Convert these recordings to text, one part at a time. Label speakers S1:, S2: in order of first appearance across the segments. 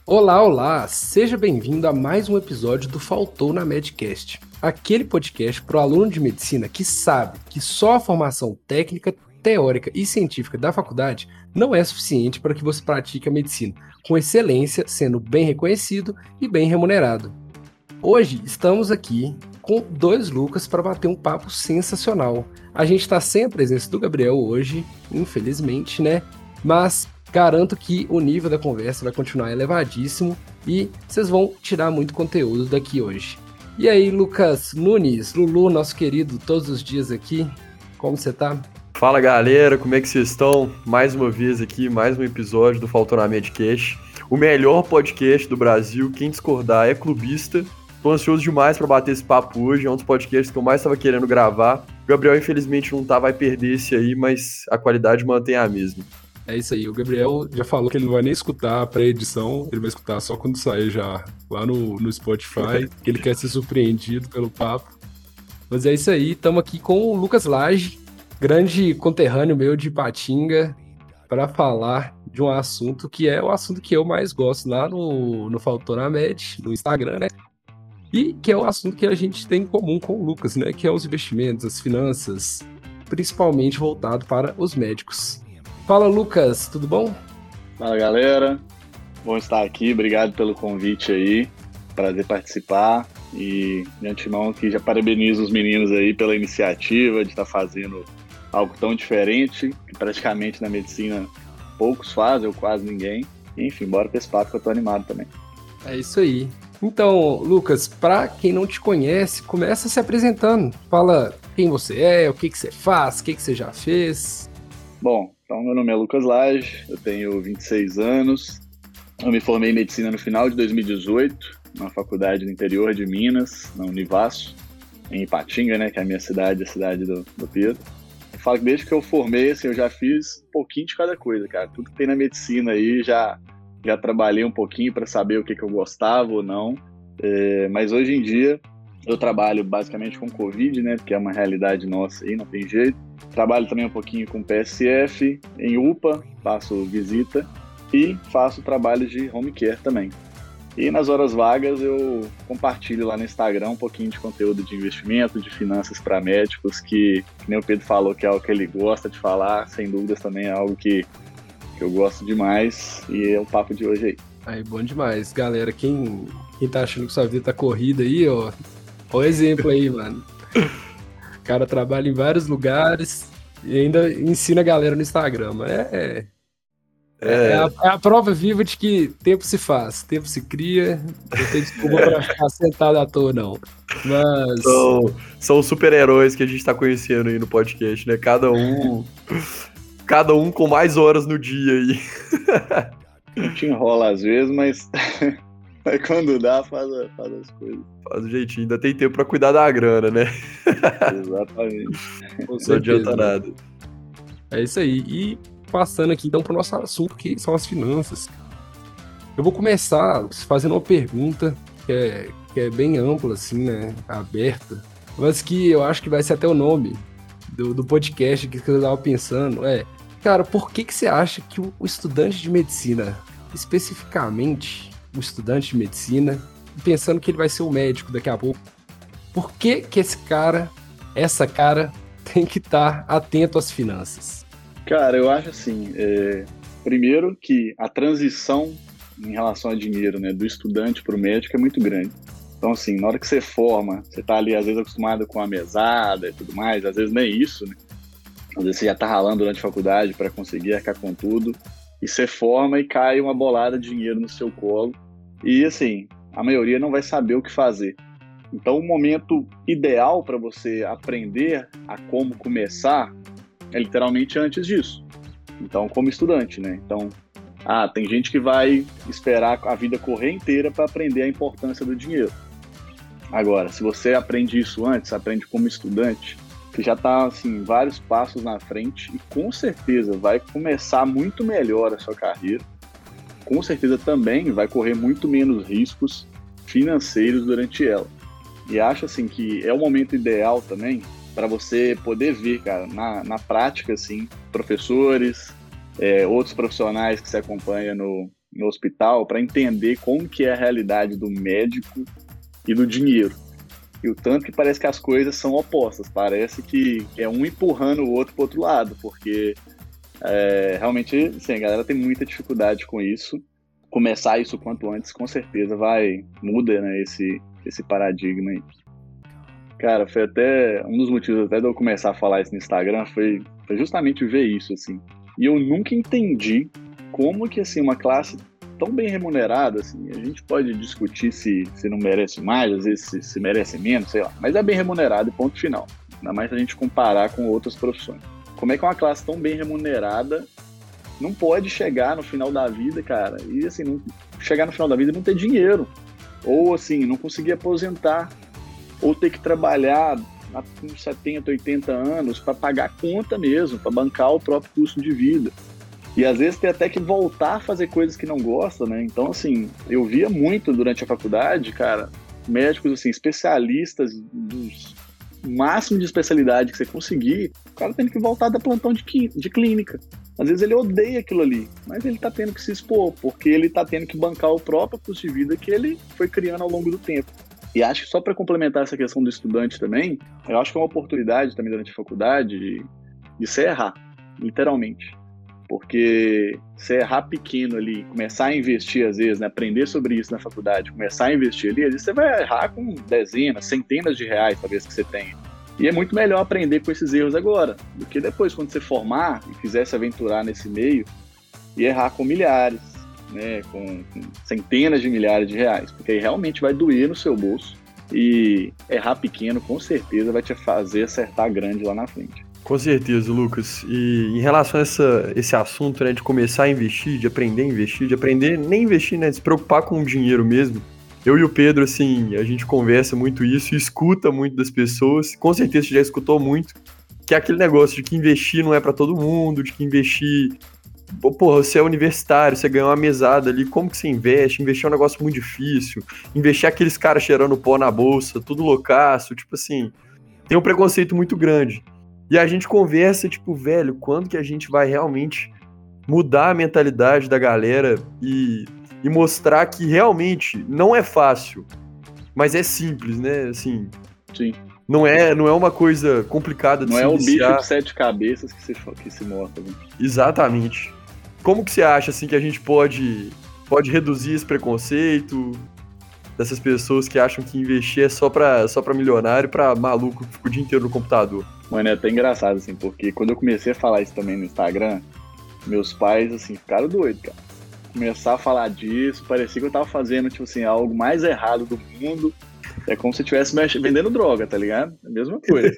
S1: Olá, olá! Seja bem-vindo a mais um episódio do Faltou na Medcast, aquele podcast para o aluno de medicina que sabe que só a formação técnica, teórica e científica da faculdade não é suficiente para que você pratique a medicina com excelência, sendo bem reconhecido e bem remunerado. Hoje estamos aqui com dois Lucas para bater um papo sensacional. A gente está sem a presença do Gabriel hoje, infelizmente, né? Mas garanto que o nível da conversa vai continuar elevadíssimo e vocês vão tirar muito conteúdo daqui hoje. E aí, Lucas Nunes, Lulu, nosso querido, todos os dias aqui, como você tá?
S2: Fala galera, como é que vocês estão? Mais uma vez aqui, mais um episódio do Faltou na Medcast, o melhor podcast do Brasil. Quem discordar é clubista. Tô ansioso demais para bater esse papo hoje, é um dos podcasts que eu mais estava querendo gravar. O Gabriel infelizmente não tá, vai perder esse aí, mas a qualidade mantém a mesma.
S1: É isso aí, o Gabriel já falou que ele não vai nem escutar a pré-edição, ele vai escutar só quando sair já lá no Spotify, que ele quer ser surpreendido pelo papo. Mas é isso aí, estamos aqui com o Lucas Lage, grande conterrâneo meu de Ipatinga, para falar de um assunto que é o assunto que eu mais gosto lá no Faltou na Med, no Instagram, né? E que é o assunto que a gente tem em comum com o Lucas, né? Que é os investimentos, as finanças, principalmente voltado para os médicos. Fala, Lucas, tudo bom?
S3: Fala, galera. Bom estar aqui, obrigado pelo convite aí. Prazer participar. E, de antemão, aqui já parabenizo os meninos aí pela iniciativa de estar fazendo algo tão diferente, que praticamente na medicina poucos fazem, ou quase ninguém. Enfim, bora pra esse papo que eu tô animado também.
S1: É isso aí. Então, Lucas, para quem não te conhece, começa se apresentando. Fala quem você é, o que você faz, o que você já fez.
S3: Bom, então meu nome é Lucas Lage, eu tenho 26 anos, eu me formei em medicina no final de 2018, na faculdade no interior de Minas, na Univasso, em Ipatinga, né, que é a minha cidade, a cidade do Pedro. Eu falo que desde que eu formei, assim, eu já fiz um pouquinho de cada coisa, cara, tudo que tem na medicina aí, já trabalhei um pouquinho para saber o que eu gostava ou não, mas hoje em dia eu trabalho basicamente com Covid, né, porque é uma realidade nossa aí, não tem jeito. Trabalho também um pouquinho com PSF, em UPA, faço visita e faço trabalhos de home care também. E nas horas vagas eu compartilho lá no Instagram um pouquinho de conteúdo de investimento, de finanças para médicos, que nem o Pedro falou que é algo que ele gosta de falar, sem dúvidas também é algo que eu gosto demais e é o papo de hoje aí.
S1: Aí, bom demais. Galera, quem tá achando que sua vida tá corrida aí, ó o exemplo aí, mano. O cara trabalha em vários lugares e ainda ensina a galera no Instagram. É a prova viva de que tempo se faz, tempo se cria, não tem desculpa pra ficar sentado à toa, não. Mas...
S2: São os super-heróis que a gente tá conhecendo aí no podcast, né? Cada um com mais horas no dia aí.
S3: A gente enrola às vezes, mas quando dá, faz as coisas.
S2: Faz o jeitinho, ainda tem tempo pra cuidar da grana, né?
S3: Exatamente.
S2: Não adianta nada.
S1: É isso aí. E passando aqui então pro nosso assunto, que são as finanças. Eu vou começar fazendo uma pergunta que é bem ampla, assim, né? Aberta. Mas que eu acho que vai ser até o nome do podcast que eu estava pensando. Cara, por que você acha que o estudante de medicina, especificamente o estudante de medicina, pensando que ele vai ser o médico daqui a pouco, por que essa cara tem que estar atento às finanças?
S3: Cara, eu acho assim, primeiro que a transição em relação a dinheiro, né, do estudante para o médico é muito grande. Então, assim, na hora que você forma, você tá ali, às vezes, acostumado com a mesada e tudo mais, às vezes nem isso, né? Às vezes você já tá ralando durante a faculdade para conseguir arcar com tudo, e você forma e cai uma bolada de dinheiro no seu colo, e, assim, a maioria não vai saber o que fazer. Então, o momento ideal para você aprender a como começar é literalmente antes disso. Então, como estudante, né? Então, tem gente que vai esperar a vida correr inteira para aprender a importância do dinheiro. Agora, se você aprende isso antes, aprende como estudante, você já está assim, vários passos na frente e com certeza vai começar muito melhor a sua carreira. Com certeza também vai correr muito menos riscos financeiros durante ela. E acho assim que é o momento ideal também para você poder ver, cara, na prática, assim, professores, outros profissionais que você acompanha no hospital para entender como que é a realidade do médico e do dinheiro. E o tanto que parece que as coisas são opostas, parece que é um empurrando o outro para o outro lado, porque realmente, assim, a galera tem muita dificuldade com isso. Começar isso o quanto antes, com certeza, muda, né, esse paradigma aí. Cara, foi até um dos motivos até de eu começar a falar isso no Instagram, foi justamente ver isso, assim. E eu nunca entendi como que, assim, uma classe tão bem remunerada, assim, a gente pode discutir se não merece mais, às vezes se merece menos, sei lá, mas é bem remunerado e ponto final. Ainda mais se a gente comparar com outras profissões. Como é que uma classe tão bem remunerada não pode chegar no final da vida, cara, e assim, chegar no final da vida e não ter dinheiro, ou assim, não conseguir aposentar, ou ter que trabalhar com 70, 80 anos para pagar a conta mesmo, para bancar o próprio custo de vida. E às vezes tem até que voltar a fazer coisas que não gosta, né? Então, assim, eu via muito durante a faculdade, cara, médicos, assim, especialistas dos máximo de especialidade que você conseguir, o cara tendo que voltar da plantão de clínica. Às vezes ele odeia aquilo ali, mas ele tá tendo que se expor, porque ele tá tendo que bancar o próprio custo de vida que ele foi criando ao longo do tempo. E acho que só para complementar essa questão do estudante também, eu acho que é uma oportunidade também durante a faculdade de você errar, literalmente. Porque você errar pequeno ali, começar a investir às vezes, né, aprender sobre isso na faculdade, começar a investir ali, às vezes você vai errar com dezenas, centenas de reais talvez que você tenha. E é muito melhor aprender com esses erros agora, do que depois quando você formar e quiser se aventurar nesse meio e errar com milhares, né, com centenas de milhares de reais, porque aí realmente vai doer no seu bolso e errar pequeno com certeza vai te fazer acertar grande lá na frente.
S2: Com certeza, Lucas. E em relação a esse assunto, né, de começar a investir, de aprender a investir, de aprender nem investir, né, de se preocupar com o dinheiro mesmo, eu e o Pedro, assim, a gente conversa muito isso e escuta muito das pessoas, com certeza você já escutou muito, que é aquele negócio de que investir não é para todo mundo, de que investir... Porra, você é universitário, você ganhou uma mesada ali, como que você investe? Investir é um negócio muito difícil. Investir é aqueles caras cheirando pó na bolsa, tudo loucaço, tipo assim, tem um preconceito muito grande. E a gente conversa, tipo, velho, quando que a gente vai realmente mudar a mentalidade da galera e mostrar que realmente não é fácil, mas é simples, né? Assim,
S3: sim.
S2: Não é uma coisa complicada de
S3: se
S2: iniciar.
S3: Não é o bicho de 7 cabeças que se mostra. Né?
S2: Exatamente. Como que você acha assim, que a gente pode reduzir esse preconceito dessas pessoas que acham que investir é só pra milionário, pra maluco que fica o dia inteiro no computador?
S3: Mano, é até engraçado, assim, porque quando eu comecei a falar isso também no Instagram, meus pais, assim, ficaram doidos, cara. Começar a falar disso, parecia que eu tava fazendo, tipo assim, algo mais errado do mundo. É como se eu estivesse vendendo droga, tá ligado? É a mesma coisa.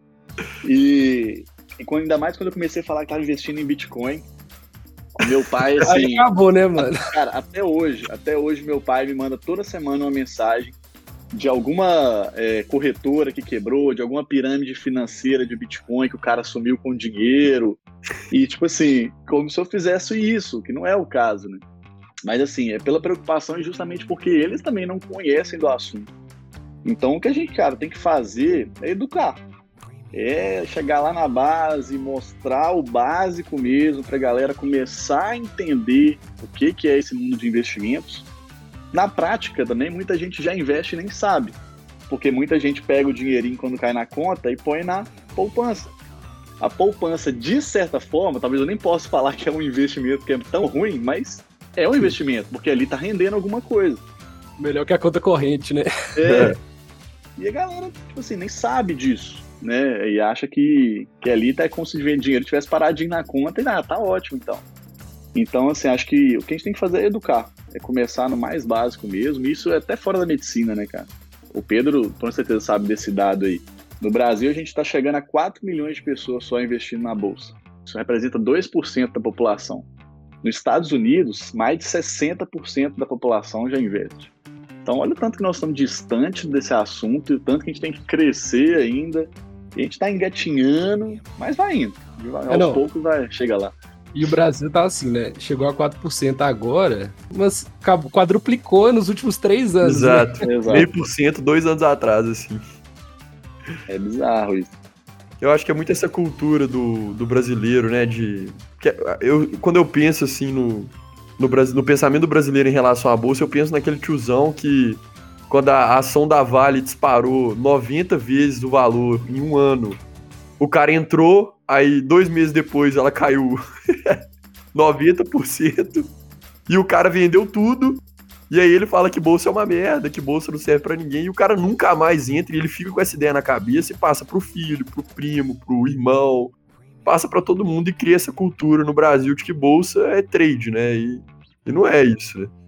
S3: E ainda mais quando eu comecei a falar que tava investindo em Bitcoin, meu pai, assim...
S1: Aí acabou, né, mano?
S3: Cara, até hoje meu pai me manda toda semana uma mensagem de alguma corretora que quebrou, de alguma pirâmide financeira de Bitcoin que o cara sumiu com dinheiro. E, tipo assim, como se eu fizesse isso, que não é o caso, né? Mas, assim, é pela preocupação e justamente porque eles também não conhecem do assunto. Então, o que a gente, cara, tem que fazer é educar. É chegar lá na base, mostrar o básico mesmo pra galera começar a entender o que é esse mundo de investimentos. Na prática também, muita gente já investe e nem sabe. Porque muita gente pega o dinheirinho quando cai na conta e põe na poupança. A poupança, de certa forma, talvez eu nem possa falar que é um investimento que é tão ruim, mas é um investimento, porque ali tá rendendo alguma coisa.
S1: Melhor que a conta corrente, né?
S3: E a galera, tipo assim, nem sabe disso, né? E acha que ali tá como se o dinheiro tivesse paradinho na conta e tá ótimo, então. Então, assim, acho que o que a gente tem que fazer é educar. É começar no mais básico mesmo. Isso é até fora da medicina, né, cara? O Pedro, com certeza, sabe desse dado aí. No Brasil, a gente tá chegando a 4 milhões de pessoas só investindo na Bolsa. Isso representa 2% da população. Nos Estados Unidos, mais de 60% da população já investe. Então, olha o tanto que nós estamos distantes desse assunto e o tanto que a gente tem que crescer ainda. E a gente está engatinhando, mas vai indo. Aos poucos chega lá.
S1: E o Brasil tá assim, né? Chegou a 4% agora, mas quadruplicou nos últimos 3 anos.
S2: Exato.
S1: Né?
S2: Exato. 0,5%, 2 anos atrás, assim.
S3: É bizarro isso.
S2: Eu acho que é muito essa cultura do brasileiro, né? Quando eu penso assim no pensamento do brasileiro em relação à bolsa, eu penso naquele tiozão que, quando a ação da Vale disparou 90 vezes o valor em um ano, o cara entrou, aí 2 meses depois ela caiu 90%, e o cara vendeu tudo, e aí ele fala que bolsa é uma merda, que bolsa não serve pra ninguém, e o cara nunca mais entra, e ele fica com essa ideia na cabeça e passa pro filho, pro primo, pro irmão, passa pra todo mundo e cria essa cultura no Brasil de que bolsa é trade, né? E não é isso, né?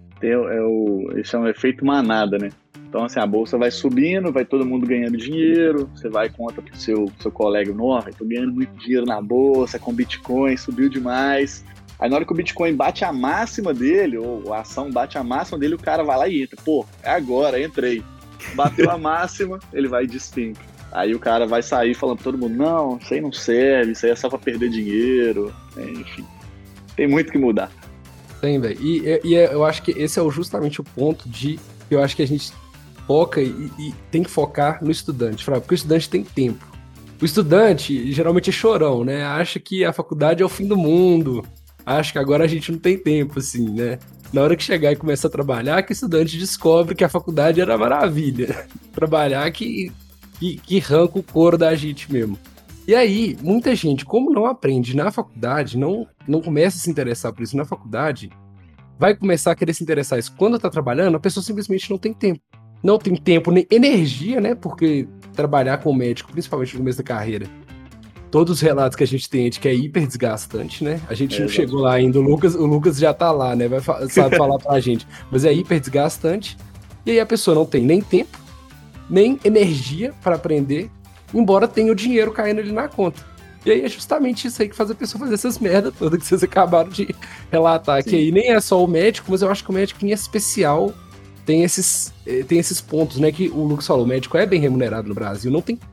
S3: Isso é um efeito manada, né? Então, assim, a bolsa vai subindo, vai todo mundo ganhando dinheiro, você vai e conta pro seu colega, nossa, tô ganhando muito dinheiro na bolsa, com Bitcoin, subiu demais. Aí na hora que o Bitcoin bate a máxima dele, ou a ação bate a máxima dele, o cara vai lá e entra. Pô, é agora, entrei. Bateu a máxima, ele vai e despenca. Aí o cara vai sair falando pra todo mundo, não, isso aí não serve, isso aí é só pra perder dinheiro. Enfim, tem muito que mudar.
S1: Tem, velho. E eu acho que esse é justamente o ponto que eu acho que a gente foca e tem que focar no estudante, porque o estudante tem tempo. O estudante geralmente é chorão, né? Acha que a faculdade é o fim do mundo, acha que agora a gente não tem tempo, assim, né? Na hora que chegar e começar a trabalhar, que o estudante descobre que a faculdade era maravilha. Trabalhar que arranca o couro da gente mesmo. E aí, muita gente, como não aprende na faculdade, não começa a se interessar por isso na faculdade, vai começar a querer se interessar isso quando tá trabalhando, a pessoa simplesmente não tem tempo. Não tem tempo nem energia, né? Porque trabalhar com médico, principalmente no começo da carreira, todos os relatos que a gente tem é de que é hiper desgastante, né? A gente não chegou lá ainda, o Lucas já tá lá, né? Sabe falar pra gente. Mas é hiper desgastante. E aí a pessoa não tem nem tempo, nem energia para aprender, embora tenha o dinheiro caindo ali na conta. E aí é justamente isso aí que faz a pessoa fazer essas merdas todas que vocês acabaram de relatar. Sim. Que aí nem é só o médico, mas eu acho que o médico em especial tem esses pontos, né? Que o Lucas falou, o médico é bem remunerado no Brasil. Não tem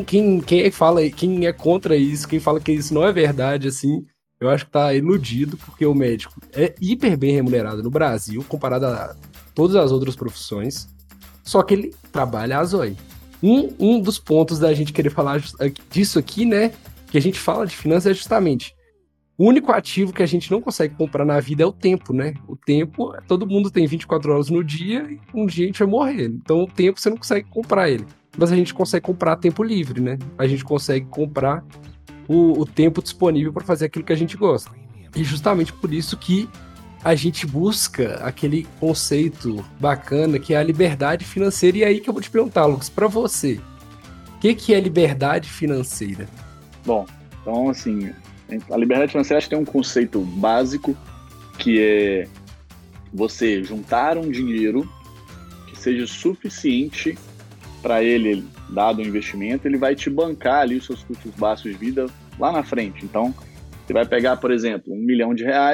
S1: quem é contra isso, quem fala que isso não é verdade, assim, eu acho que tá iludido, porque o médico é hiper bem remunerado no Brasil, comparado a todas as outras profissões, só que ele trabalha a zóio. Um dos pontos da gente querer falar disso aqui, né, que a gente fala de finanças é justamente o único ativo que a gente não consegue comprar na vida é o tempo, né? O tempo, todo mundo tem 24 horas no dia e um dia a gente vai morrer. Então o tempo você não consegue comprar ele. Mas a gente consegue comprar tempo livre, né? A gente consegue comprar o tempo disponível para fazer aquilo que a gente gosta. E justamente por isso que a gente busca aquele conceito bacana que é a liberdade financeira. E aí que eu vou te perguntar, Lucas, para você, o que é liberdade financeira?
S3: Bom, então assim, a liberdade financeira acho que tem um conceito básico que é você juntar um dinheiro que seja suficiente para ele, dado o investimento, ele vai te bancar ali os seus custos básicos de vida lá na frente. Então, você vai pegar, por exemplo, R$1 milhão,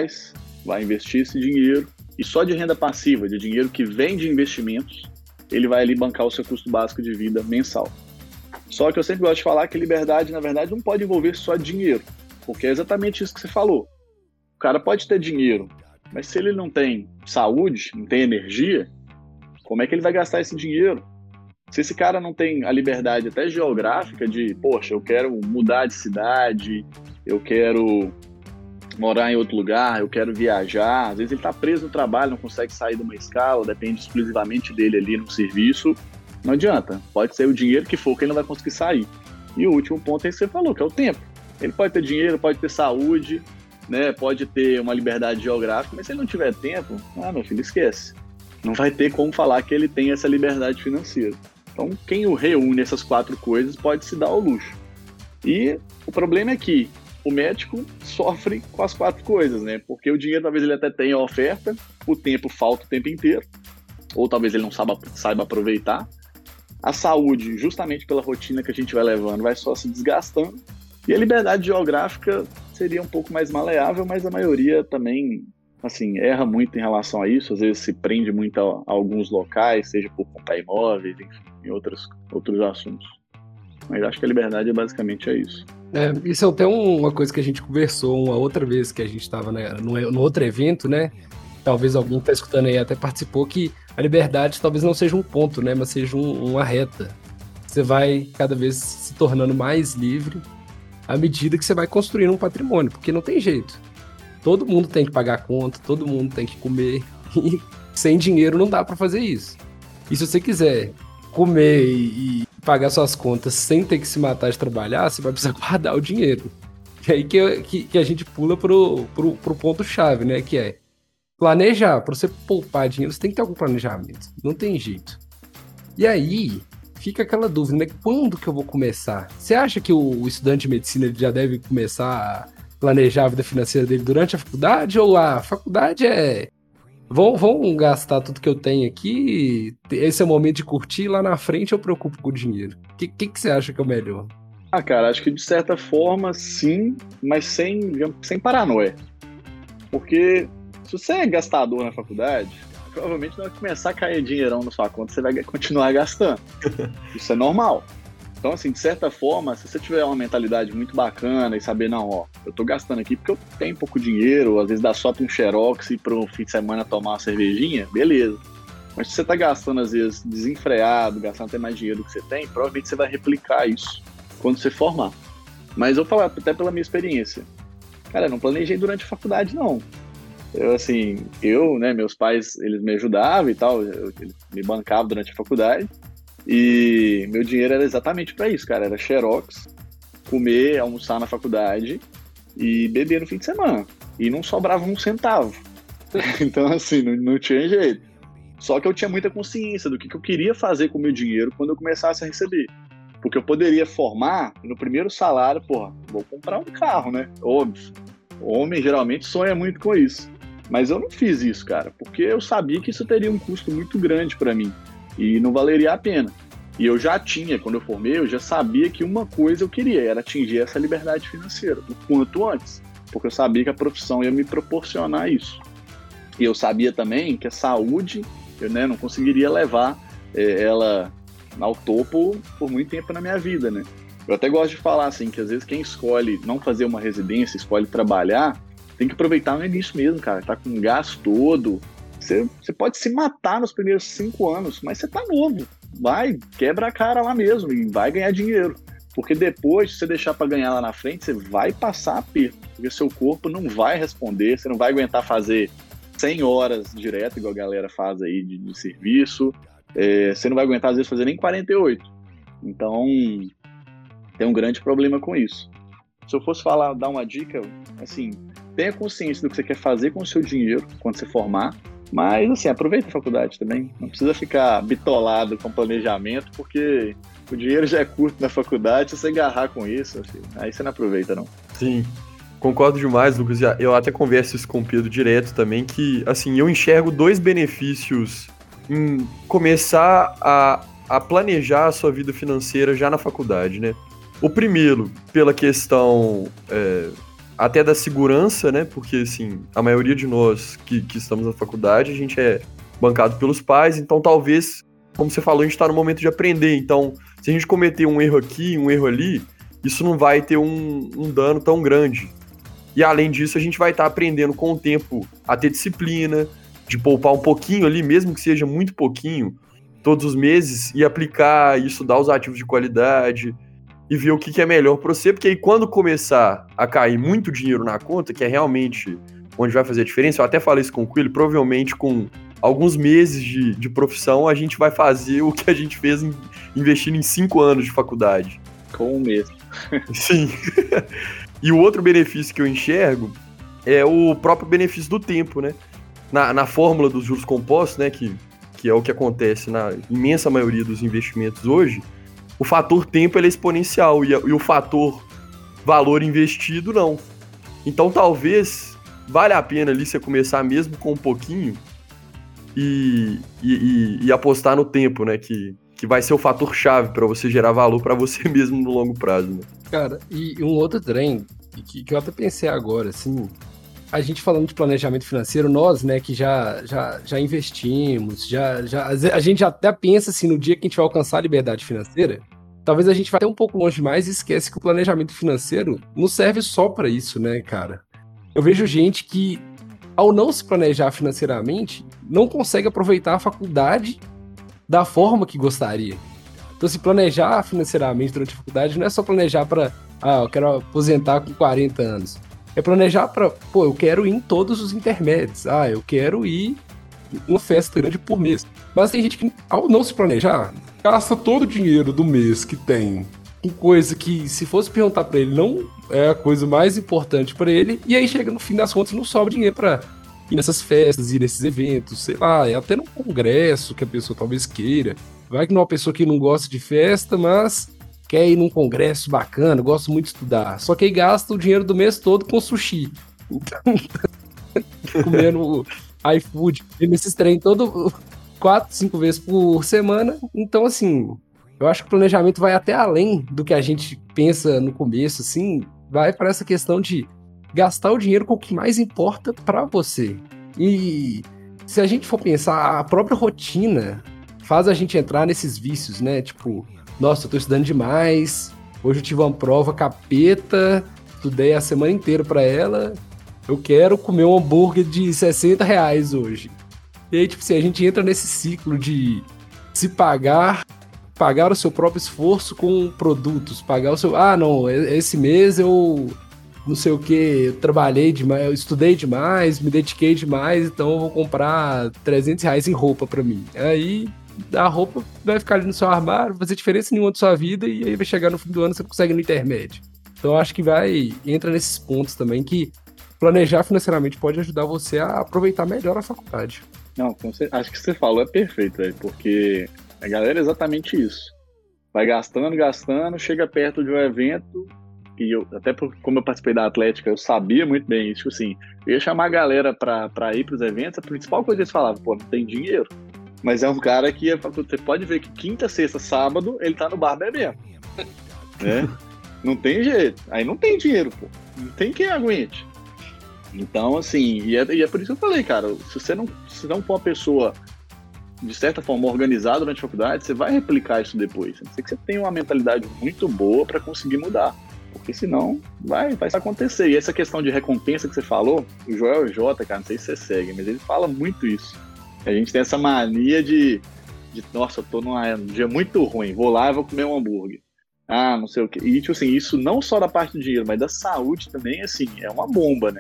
S3: vai investir esse dinheiro e só de renda passiva, de dinheiro que vem de investimentos, ele vai ali bancar o seu custo básico de vida mensal. Só que eu sempre gosto de falar que liberdade, na verdade, não pode envolver só dinheiro, porque é exatamente isso que você falou. O cara pode ter dinheiro, mas se ele não tem saúde, não tem energia, como é que ele vai gastar esse dinheiro? Se esse cara não tem a liberdade até geográfica de, poxa, eu quero mudar de cidade, eu quero morar em outro lugar, eu quero viajar, às vezes ele está preso no trabalho, não consegue sair de uma escala, depende exclusivamente dele ali no serviço, não adianta. Pode ser o dinheiro que for que ele não vai conseguir sair. E o último ponto é isso que você falou, que é o tempo. Ele pode ter dinheiro, pode ter saúde, né, pode ter uma liberdade geográfica, mas se ele não tiver tempo, meu filho, esquece. Não vai ter como falar que ele tem essa liberdade financeira. Então, quem o reúne essas 4 coisas pode se dar ao luxo. E o problema é que o médico sofre com as 4 coisas, né? Porque o dinheiro talvez ele até tenha oferta, o tempo falta o tempo inteiro, ou talvez ele não saiba aproveitar. A saúde, justamente pela rotina que a gente vai levando, vai só se desgastando. E a liberdade geográfica seria um pouco mais maleável, mas a maioria também, assim, erra muito em relação a isso. Às vezes se prende muito a alguns locais, seja por comprar imóveis, enfim, em outros assuntos. Mas acho que a liberdade basicamente é isso.
S1: Isso é até uma coisa que a gente conversou uma outra vez que a gente estava no outro evento, né? Talvez alguém que está escutando aí até participou, que a liberdade talvez não seja um ponto, né? Mas seja uma reta. Você vai cada vez se tornando mais livre à medida que você vai construindo um patrimônio, porque não tem jeito. Todo mundo tem que pagar conta, todo mundo tem que comer, e sem dinheiro não dá para fazer isso. E se você quiser comer e pagar suas contas sem ter que se matar de trabalhar, você vai precisar guardar o dinheiro. É aí que a gente pula pro ponto-chave, né? Que é planejar. Para você poupar dinheiro, você tem que ter algum planejamento. Não tem jeito. E aí, fica aquela dúvida, né? Quando que eu vou começar? Você acha que o estudante de medicina ele já deve começar a planejar a vida financeira dele durante a faculdade? Ou a faculdade é... Vão gastar tudo que eu tenho aqui, esse é o momento de curtir, lá na frente eu preocupo com o dinheiro. O que você acha que é o melhor?
S3: Cara, acho que de certa forma sim, mas sem paranoia. Porque se você é gastador na faculdade, provavelmente na hora que começar a cair dinheirão na sua conta, você vai continuar gastando. Isso é normal. Então, assim, de certa forma, se você tiver uma mentalidade muito bacana e saber, não, ó, eu tô gastando aqui porque eu tenho pouco dinheiro, às vezes dá só pra um xerox e para um fim de semana tomar uma cervejinha, beleza. Mas se você tá gastando, às vezes, desenfreado, gastando até mais dinheiro do que você tem, provavelmente você vai replicar isso quando você formar. Mas eu vou falar até pela minha experiência. Cara, eu não planejei durante a faculdade, não. Meus pais, eles me ajudavam e tal, eles me bancavam durante a faculdade. E meu dinheiro era exatamente para isso, cara. Era xerox, comer, almoçar na faculdade e beber no fim de semana. E não sobrava um centavo. Então, assim, não tinha jeito. Só que eu tinha muita consciência do que eu queria fazer com o meu dinheiro quando eu começasse a receber. Porque eu poderia formar e no primeiro salário, vou comprar um carro, né? Óbvio. O homem geralmente sonha muito com isso. Mas eu não fiz isso, cara, porque eu sabia que isso teria um custo muito grande para mim. E não valeria a pena. E eu já tinha, quando eu formei, eu já sabia que uma coisa eu queria, era atingir essa liberdade financeira, o quanto antes. Porque eu sabia que a profissão ia me proporcionar isso. E eu sabia também que a saúde, eu não conseguiria levar ela ao topo por muito tempo na minha vida, né? Eu até gosto de falar, assim, que às vezes quem escolhe não fazer uma residência, escolhe trabalhar, tem que aproveitar no início mesmo, cara. Tá com o gás todo. Você pode se matar nos primeiros 5 anos, mas você tá novo. Vai, quebra a cara lá mesmo e vai ganhar dinheiro. Porque depois, se você deixar para ganhar lá na frente, você vai passar aperto. Porque seu corpo não vai responder, você não vai aguentar fazer 100 horas direto, igual a galera faz aí de serviço. Você não vai aguentar, às vezes, fazer nem 48. Então, tem um grande problema com isso. Se eu fosse dar uma dica, assim, tenha consciência do que você quer fazer com o seu dinheiro quando você formar. Mas, assim, aproveita a faculdade também. Não precisa ficar bitolado com planejamento, porque o dinheiro já é curto na faculdade. Se você agarrar com isso, assim, aí você não aproveita, não.
S2: Sim, concordo demais, Lucas. Eu até converso isso com o Pedro direto também, que, assim, eu enxergo 2 benefícios em começar a planejar a sua vida financeira já na faculdade, né? O primeiro, pela questão... até da segurança, né? Porque, assim, a maioria de nós que estamos na faculdade, a gente é bancado pelos pais, então talvez, como você falou, a gente está no momento de aprender. Então, se a gente cometer um erro aqui, um erro ali, isso não vai ter um dano tão grande. E, além disso, a gente vai estar aprendendo com o tempo a ter disciplina, de poupar um pouquinho ali, mesmo que seja muito pouquinho, todos os meses, e aplicar e estudar os ativos de qualidade... e ver o que é melhor para você, porque aí quando começar a cair muito dinheiro na conta, que é realmente onde vai fazer a diferença, eu até falei isso com o Coelho, provavelmente com alguns meses de profissão, a gente vai fazer o que a gente fez investindo em 5 anos de faculdade.
S3: Com um mês.
S2: Sim. E o outro benefício que eu enxergo é o próprio benefício do tempo, né? Na fórmula dos juros compostos, né, que é o que acontece na imensa maioria dos investimentos hoje, o fator tempo ele é exponencial e o fator valor investido não. Então talvez valha a pena ali você começar mesmo com um pouquinho e apostar no tempo, né? Que vai ser o fator chave para você gerar valor para você mesmo no longo prazo, né?
S1: Cara, e um outro trem que eu até pensei agora, assim, a gente falando de planejamento financeiro, nós, né, que já investimos, a gente até pensa assim, no dia que a gente vai alcançar a liberdade financeira, talvez a gente vá até um pouco longe demais e esquece que o planejamento financeiro não serve só para isso, né, cara? Eu vejo gente que, ao não se planejar financeiramente, não consegue aproveitar a faculdade da forma que gostaria. Então, se planejar financeiramente durante a faculdade não é só planejar para, eu quero aposentar com 40 anos. É planejar para, pô, eu quero ir em todos os intermédios. Ah, eu quero ir uma festa grande por mês. Mas tem gente que, ao não se planejar, gasta todo o dinheiro do mês que tem em coisa que, se fosse perguntar para ele, não é a coisa mais importante para ele. E aí chega no fim das contas, não sobra dinheiro para ir nessas festas, ir nesses eventos, sei lá, até no congresso que a pessoa talvez queira. Vai que não é uma pessoa que não gosta de festa, mas quer ir num congresso bacana, gosta muito de estudar. Só que aí gasta o dinheiro do mês todo com sushi. Então, comendo iFood, nesses trem todo 4, 5 vezes por semana. Então, assim, eu acho que o planejamento vai até além do que a gente pensa no começo, assim, vai para essa questão de gastar o dinheiro com o que mais importa para você. E se a gente for pensar, a própria rotina faz a gente entrar nesses vícios, né? Tipo, nossa, eu tô estudando demais, hoje eu tive uma prova capeta, estudei a semana inteira para ela, eu quero comer um hambúrguer de R$60 hoje. E aí, tipo assim, a gente entra nesse ciclo de se pagar o seu próprio esforço com produtos, pagar o seu... Ah, não, esse mês eu não sei o que, eu trabalhei demais, eu estudei demais, me dediquei demais, então eu vou comprar R$300 em roupa pra mim. Aí a roupa vai ficar ali no seu armário, não vai fazer diferença nenhuma da sua vida, e aí vai chegar no fim do ano, você não consegue no intermédio. Então eu acho que entra nesses pontos também que planejar financeiramente pode ajudar você a aproveitar melhor a faculdade.
S3: Não, acho que você falou é perfeito, velho, porque a galera é exatamente isso. Vai gastando, chega perto de um evento, e eu, até como eu participei da Atlética, eu sabia muito bem isso, tipo assim, eu ia chamar a galera pra ir pros eventos, a principal coisa que eles falavam, pô, não tem dinheiro. Mas é um cara que você pode ver que quinta, sexta, sábado, ele tá no bar bebendo. Né? Não tem jeito. Aí não tem dinheiro, pô. Não tem quem aguente. Então, assim, e é por isso que eu falei, cara, se você não for uma pessoa, de certa forma, organizada durante a faculdade, você vai replicar isso depois. A não ser que você tenha uma mentalidade muito boa para conseguir mudar. Porque senão vai acontecer. E essa questão de recompensa que você falou, o Joel J, cara, não sei se você segue, mas ele fala muito isso. A gente tem essa mania de nossa, eu tô num dia muito ruim, vou lá e vou comer um hambúrguer. Ah, não sei o quê. E, tipo assim, isso não só da parte do dinheiro, mas da saúde também, assim, é uma bomba, né?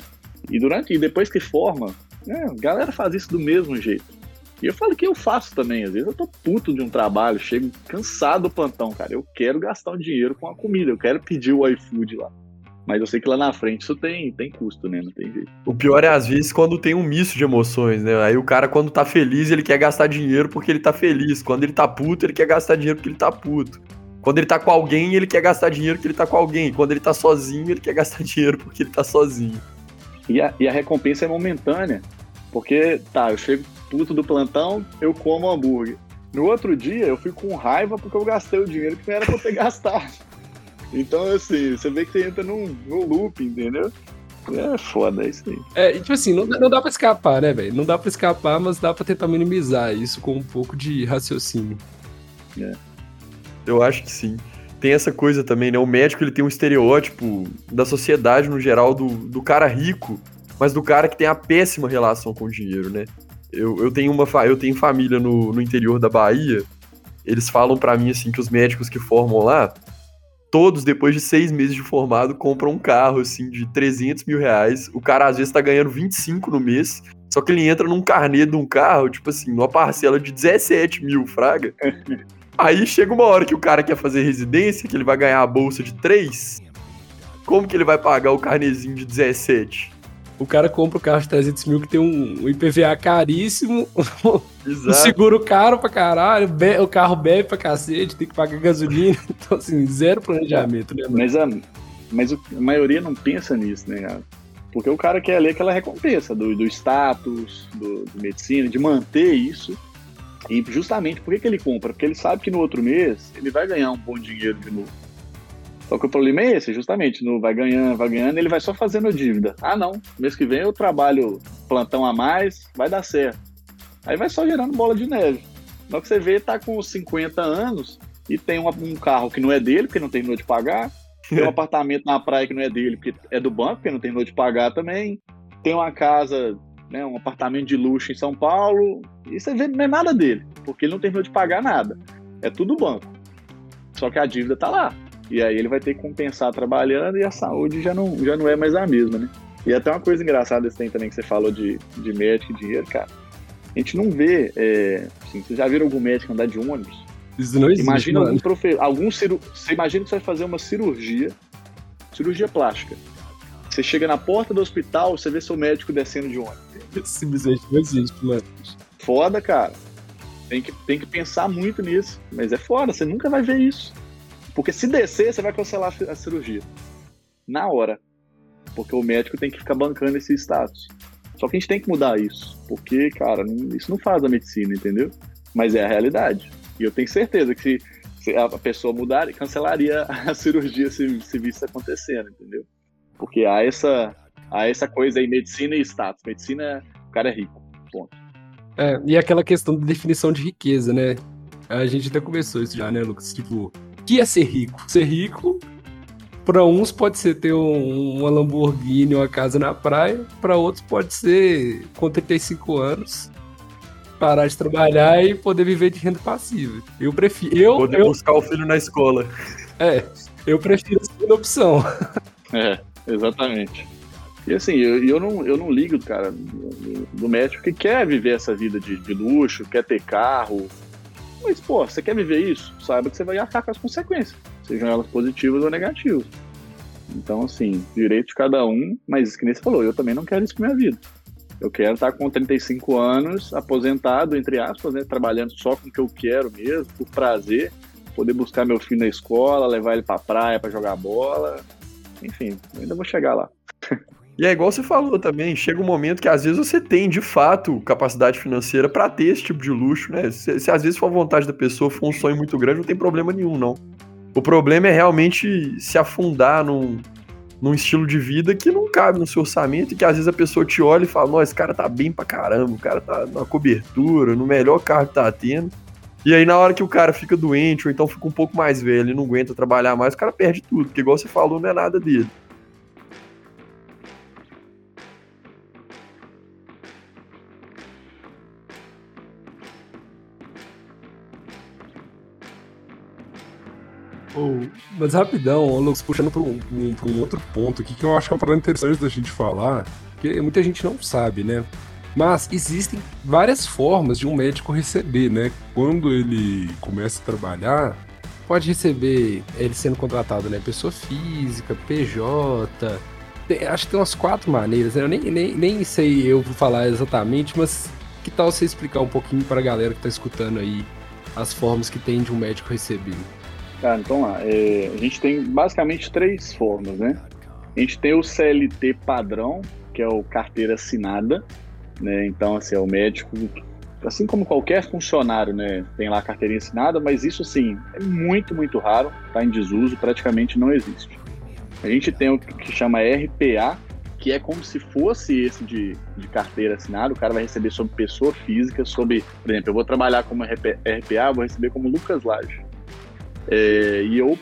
S3: E depois que forma, a galera faz isso do mesmo jeito. E eu falo que eu faço também. Às vezes eu tô puto de um trabalho, chego cansado do plantão, cara. Eu quero gastar um dinheiro com a comida, eu quero pedir o iFood lá. Mas eu sei que lá na frente isso tem custo, né? Não tem jeito.
S2: O pior é, às vezes, quando tem um misto de emoções, né? Aí o cara, quando tá feliz, ele quer gastar dinheiro porque ele tá feliz. Quando ele tá puto, ele quer gastar dinheiro porque ele tá puto. Quando ele tá com alguém, ele quer gastar dinheiro porque ele tá com alguém. Quando ele tá sozinho, ele quer gastar dinheiro porque ele tá sozinho.
S3: E a recompensa é momentânea. Porque, eu chego puto do plantão, eu como hambúrguer. No outro dia, eu fico com raiva porque eu gastei o dinheiro que não era pra eu ter gastado. Então, assim, você vê que você entra num loop, entendeu? É foda, é isso aí.
S1: É, tipo assim, não dá pra escapar, né, velho? Não dá pra escapar, mas dá pra tentar minimizar isso com um pouco de raciocínio.
S3: É.
S2: Eu acho que sim. Tem essa coisa também, né? O médico, ele tem um estereótipo da sociedade, no geral, do cara rico, mas do cara que tem a péssima relação com o dinheiro, né? Eu tenho família no interior da Bahia, eles falam pra mim, assim, que os médicos que formam lá, todos, depois de 6 meses de formado, compram um carro, assim, de R$300 mil. O cara, às vezes, tá ganhando 25 no mês, só que ele entra num carnê de um carro, tipo assim, numa parcela de 17 mil, fraga. Aí chega uma hora que o cara quer fazer residência, que ele vai ganhar a bolsa de 3. Como que ele vai pagar o carnezinho de 17?
S1: O cara compra o carro de 300 mil que tem um IPVA caríssimo, um
S2: Exato.
S1: seguro caro pra caralho, o carro bebe pra cacete, tem que pagar gasolina. Então, assim, zero planejamento, né, mano?
S3: Mas a maioria não pensa nisso, né, cara? Porque o cara quer ler aquela recompensa do status, do medicina, de manter isso. E justamente, por que ele compra? Porque ele sabe que no outro mês ele vai ganhar um bom dinheiro de novo. Só que o problema é esse, justamente, vai ganhando, ele vai só fazendo a dívida. Ah, não, mês que vem eu trabalho plantão a mais, vai dar certo. Aí vai só gerando bola de neve. Na hora que você vê, tá com 50 anos e tem um carro que não é dele, porque não terminou de pagar. Tem um apartamento na praia que não é dele, porque é do banco, porque não terminou de pagar também. Tem uma casa, né, um apartamento de luxo em São Paulo. E você vê, não é nada dele, porque ele não terminou de pagar nada. É tudo banco. Só que a dívida tá lá. E aí ele vai ter que compensar trabalhando e a saúde já não é mais a mesma, né? E até uma coisa engraçada esse tem também que você falou de médico e dinheiro, cara. A gente não vê, assim, vocês já viram algum médico andar de ônibus?
S1: Isso não existe,
S3: Imagina
S1: mano.
S3: você imagina que você vai fazer uma cirurgia plástica. Você chega na porta do hospital, você vê seu médico descendo de ônibus.
S1: Simplesmente não existe, mano.
S3: Foda, cara. Tem que pensar muito nisso. Mas é foda, você nunca vai ver isso. Porque se descer, você vai cancelar a cirurgia. Na hora. Porque o médico tem que ficar bancando esse status. Só que a gente tem que mudar isso. Porque, cara, isso não faz a medicina, entendeu? Mas é a realidade. E eu tenho certeza que se a pessoa mudar, cancelaria a cirurgia se visse isso acontecendo, entendeu? Porque há essa coisa aí, medicina e status. Medicina, o cara é rico, ponto.
S1: E aquela questão da definição de riqueza, né? A gente até começou isso já, né, Lucas? Tipo, o que é ser rico? Ser rico, para uns pode ser ter uma Lamborghini, uma casa na praia, para outros pode ser, com 35 anos, parar de trabalhar e poder viver de renda passiva. Eu prefiro...
S2: Poder buscar o filho na escola.
S1: Eu prefiro a segunda opção.
S3: Exatamente. E assim, eu não ligo, cara, do médico que quer viver essa vida de luxo, quer ter carro. Mas, pô, você quer viver isso? Saiba que você vai arcar com as consequências, sejam elas positivas ou negativas. Então, assim, direito de cada um, mas que nem você falou, eu também não quero isso pra minha vida. Eu quero estar com 35 anos, aposentado, entre aspas, né, trabalhando só com o que eu quero mesmo, por prazer, poder buscar meu filho na escola, levar ele pra praia pra jogar bola. Enfim, eu ainda vou chegar lá.
S2: E é igual você falou também, chega um momento que às vezes você tem, de fato, capacidade financeira pra ter esse tipo de luxo, né? Se às vezes for a vontade da pessoa, for um sonho muito grande, não tem problema nenhum, não. O problema é realmente se afundar num estilo de vida que não cabe no seu orçamento e que às vezes a pessoa te olha e fala, nossa, esse cara tá bem pra caramba, o cara tá na cobertura, no melhor carro que tá tendo. E aí na hora que o cara fica doente ou então fica um pouco mais velho e não aguenta trabalhar mais, o cara perde tudo, porque igual você falou, não é nada dele.
S1: Mas rapidão, Lucas, puxando para um outro ponto aqui que eu acho que é uma parada interessante da gente falar, que muita gente não sabe, né? Mas existem várias formas de um médico receber, né? Quando ele começa a trabalhar, pode receber ele sendo contratado, né? Pessoa física, PJ. Acho que tem umas 4 maneiras, né? Eu nem sei eu vou falar exatamente, mas que tal você explicar um pouquinho para a galera que tá escutando aí as formas que tem de um médico receber?
S3: Cara, então lá, a gente tem basicamente 3 formas, né? A gente tem o CLT padrão, que é o carteira assinada, né? Então, assim, é o médico, assim como qualquer funcionário, né? Tem lá a carteirinha assinada, mas isso, assim, é muito, muito raro, tá em desuso, praticamente não existe. A gente tem o que chama RPA, que é como se fosse esse de carteira assinada, o cara vai receber sobre pessoa física, sobre, por exemplo, eu vou trabalhar como RPA, vou receber como Lucas Lage. E eu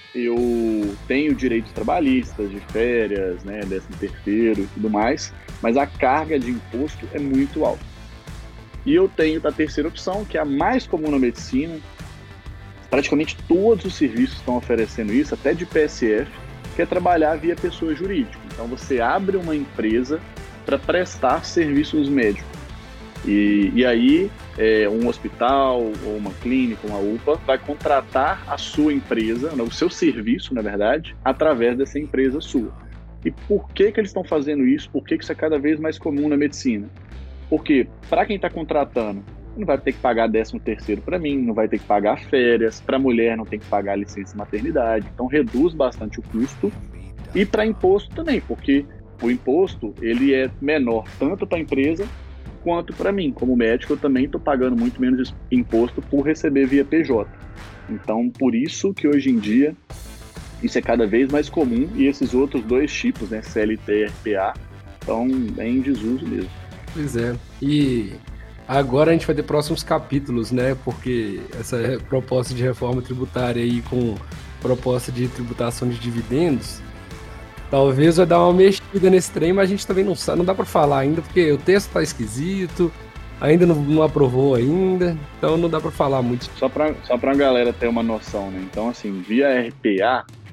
S3: tenho direitos trabalhistas, de férias, né, 13º e tudo mais, mas a carga de imposto é muito alta. E eu tenho a terceira opção, que é a mais comum na medicina, praticamente todos os serviços estão oferecendo isso, até de PSF, que é trabalhar via pessoa jurídica. Então você abre uma empresa para prestar serviços médicos. E aí, um hospital, ou uma clínica, uma UPA, vai contratar a sua empresa, o seu serviço, na verdade, através dessa empresa sua. E por que eles estão fazendo isso? Por que isso é cada vez mais comum na medicina? Porque, para quem está contratando, não vai ter que pagar 13º para mim, não vai ter que pagar férias, para a mulher não tem que pagar licença maternidade, então reduz bastante o custo. E para imposto também, porque o imposto ele é menor tanto para a empresa quanto para mim. Como médico, eu também estou pagando muito menos imposto por receber via PJ. Então, por isso que hoje em dia isso é cada vez mais comum e esses outros 2 tipos, né, CLT e RPA, estão em desuso mesmo.
S1: Pois é. E agora a gente vai ter próximos capítulos, né? Porque essa proposta de reforma tributária aí com proposta de tributação de dividendos, talvez vai dar uma mexida nesse trem, mas a gente também não sabe, não dá para falar ainda, porque o texto tá esquisito, ainda não aprovou ainda, então não dá para falar muito.
S3: Só para a galera ter uma noção, né? Então, assim, via RPA,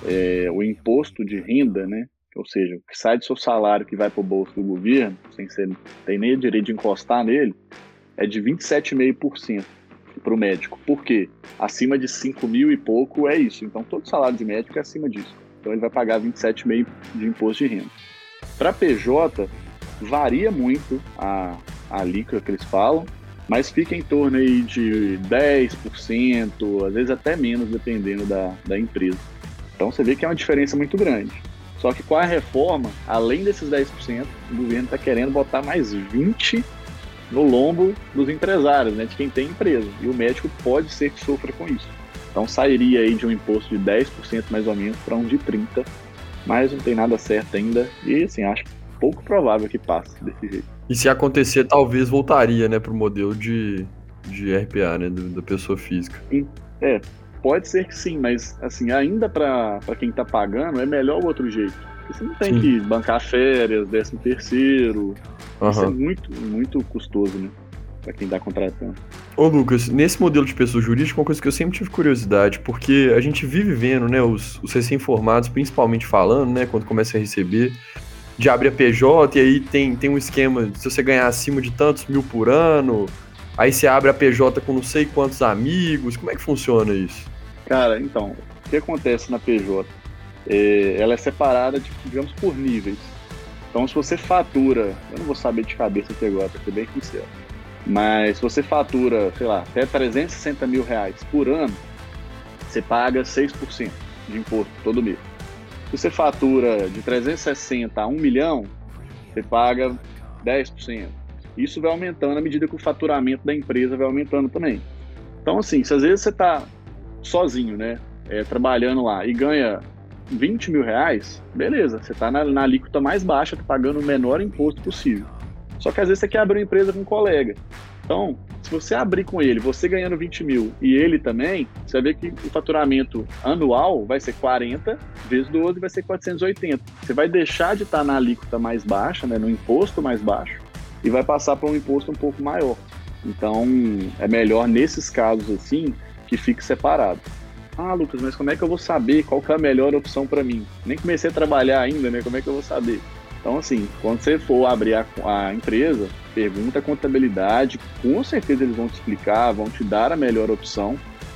S3: o imposto de renda, né? Ou seja, o que sai do seu salário que vai para o bolso do governo, sem ser, tem nem o direito de encostar nele, é de 27,5% para o médico. Por quê? Acima de 5 mil e pouco é isso. Então, todo salário de médico é acima disso. Então, ele vai pagar 27,5% de imposto de renda. Para PJ, varia muito a alíquota que eles falam, mas fica em torno aí de 10%, às vezes até menos, dependendo da empresa. Então, você vê que é uma diferença muito grande. Só que com a reforma, além desses 10%, o governo está querendo botar mais 20% no lombo dos empresários, né, de quem tem empresa. E o médico pode ser que sofra com isso. Então sairia aí de um imposto de 10% mais ou menos para um de 30%, mas não tem nada certo ainda. E assim, acho pouco provável que passe desse jeito.
S2: E se acontecer, talvez voltaria, né, para o modelo de RPA, né, da pessoa física.
S3: Pode ser que sim, mas assim, ainda para quem está pagando, é melhor o outro jeito. Porque você não tem que bancar férias, 13º. Isso é muito, muito custoso, né? Para quem está contratando.
S2: Ô Lucas, nesse modelo de pessoa jurídica, uma coisa que eu sempre tive curiosidade, porque a gente vive vendo, né, os recém-formados, principalmente falando, né, quando começa a receber, de abrir a PJ, e aí tem um esquema, se você ganhar acima de tantos mil por ano, aí você abre a PJ com não sei quantos amigos, como é que funciona isso?
S3: Cara, então, o que acontece na PJ? Ela é separada, digamos, por níveis. Então, se você fatura, eu não vou saber de cabeça aqui agora, para ser bem sincero, mas se você fatura, sei lá, até 360 mil reais por ano, você paga 6% de imposto todo mês. Se você fatura de 360 a 1 milhão, você paga 10%. Isso vai aumentando à medida que o faturamento da empresa vai aumentando também. Então, assim, se às vezes você está sozinho, né, trabalhando lá e ganha 20 mil reais, beleza, você está na alíquota mais baixa, tá pagando o menor imposto possível. Só que às vezes você quer abrir uma empresa com um colega. Então, se você abrir com ele, você ganhando 20 mil e ele também, você vai ver que o faturamento anual vai ser 40 vezes 12, vai ser 480. Você vai deixar de estar na alíquota mais baixa, né, no imposto mais baixo, e vai passar para um imposto um pouco maior. Então, é melhor nesses casos assim que fique separado. Ah, Lucas, mas como é que eu vou saber qual que é a melhor opção para mim? Nem comecei a trabalhar ainda, né? Como é que eu vou saber? Então, assim, quando você for abrir a empresa, pergunta a contabilidade, com certeza eles vão te explicar, vão te dar a melhor opção.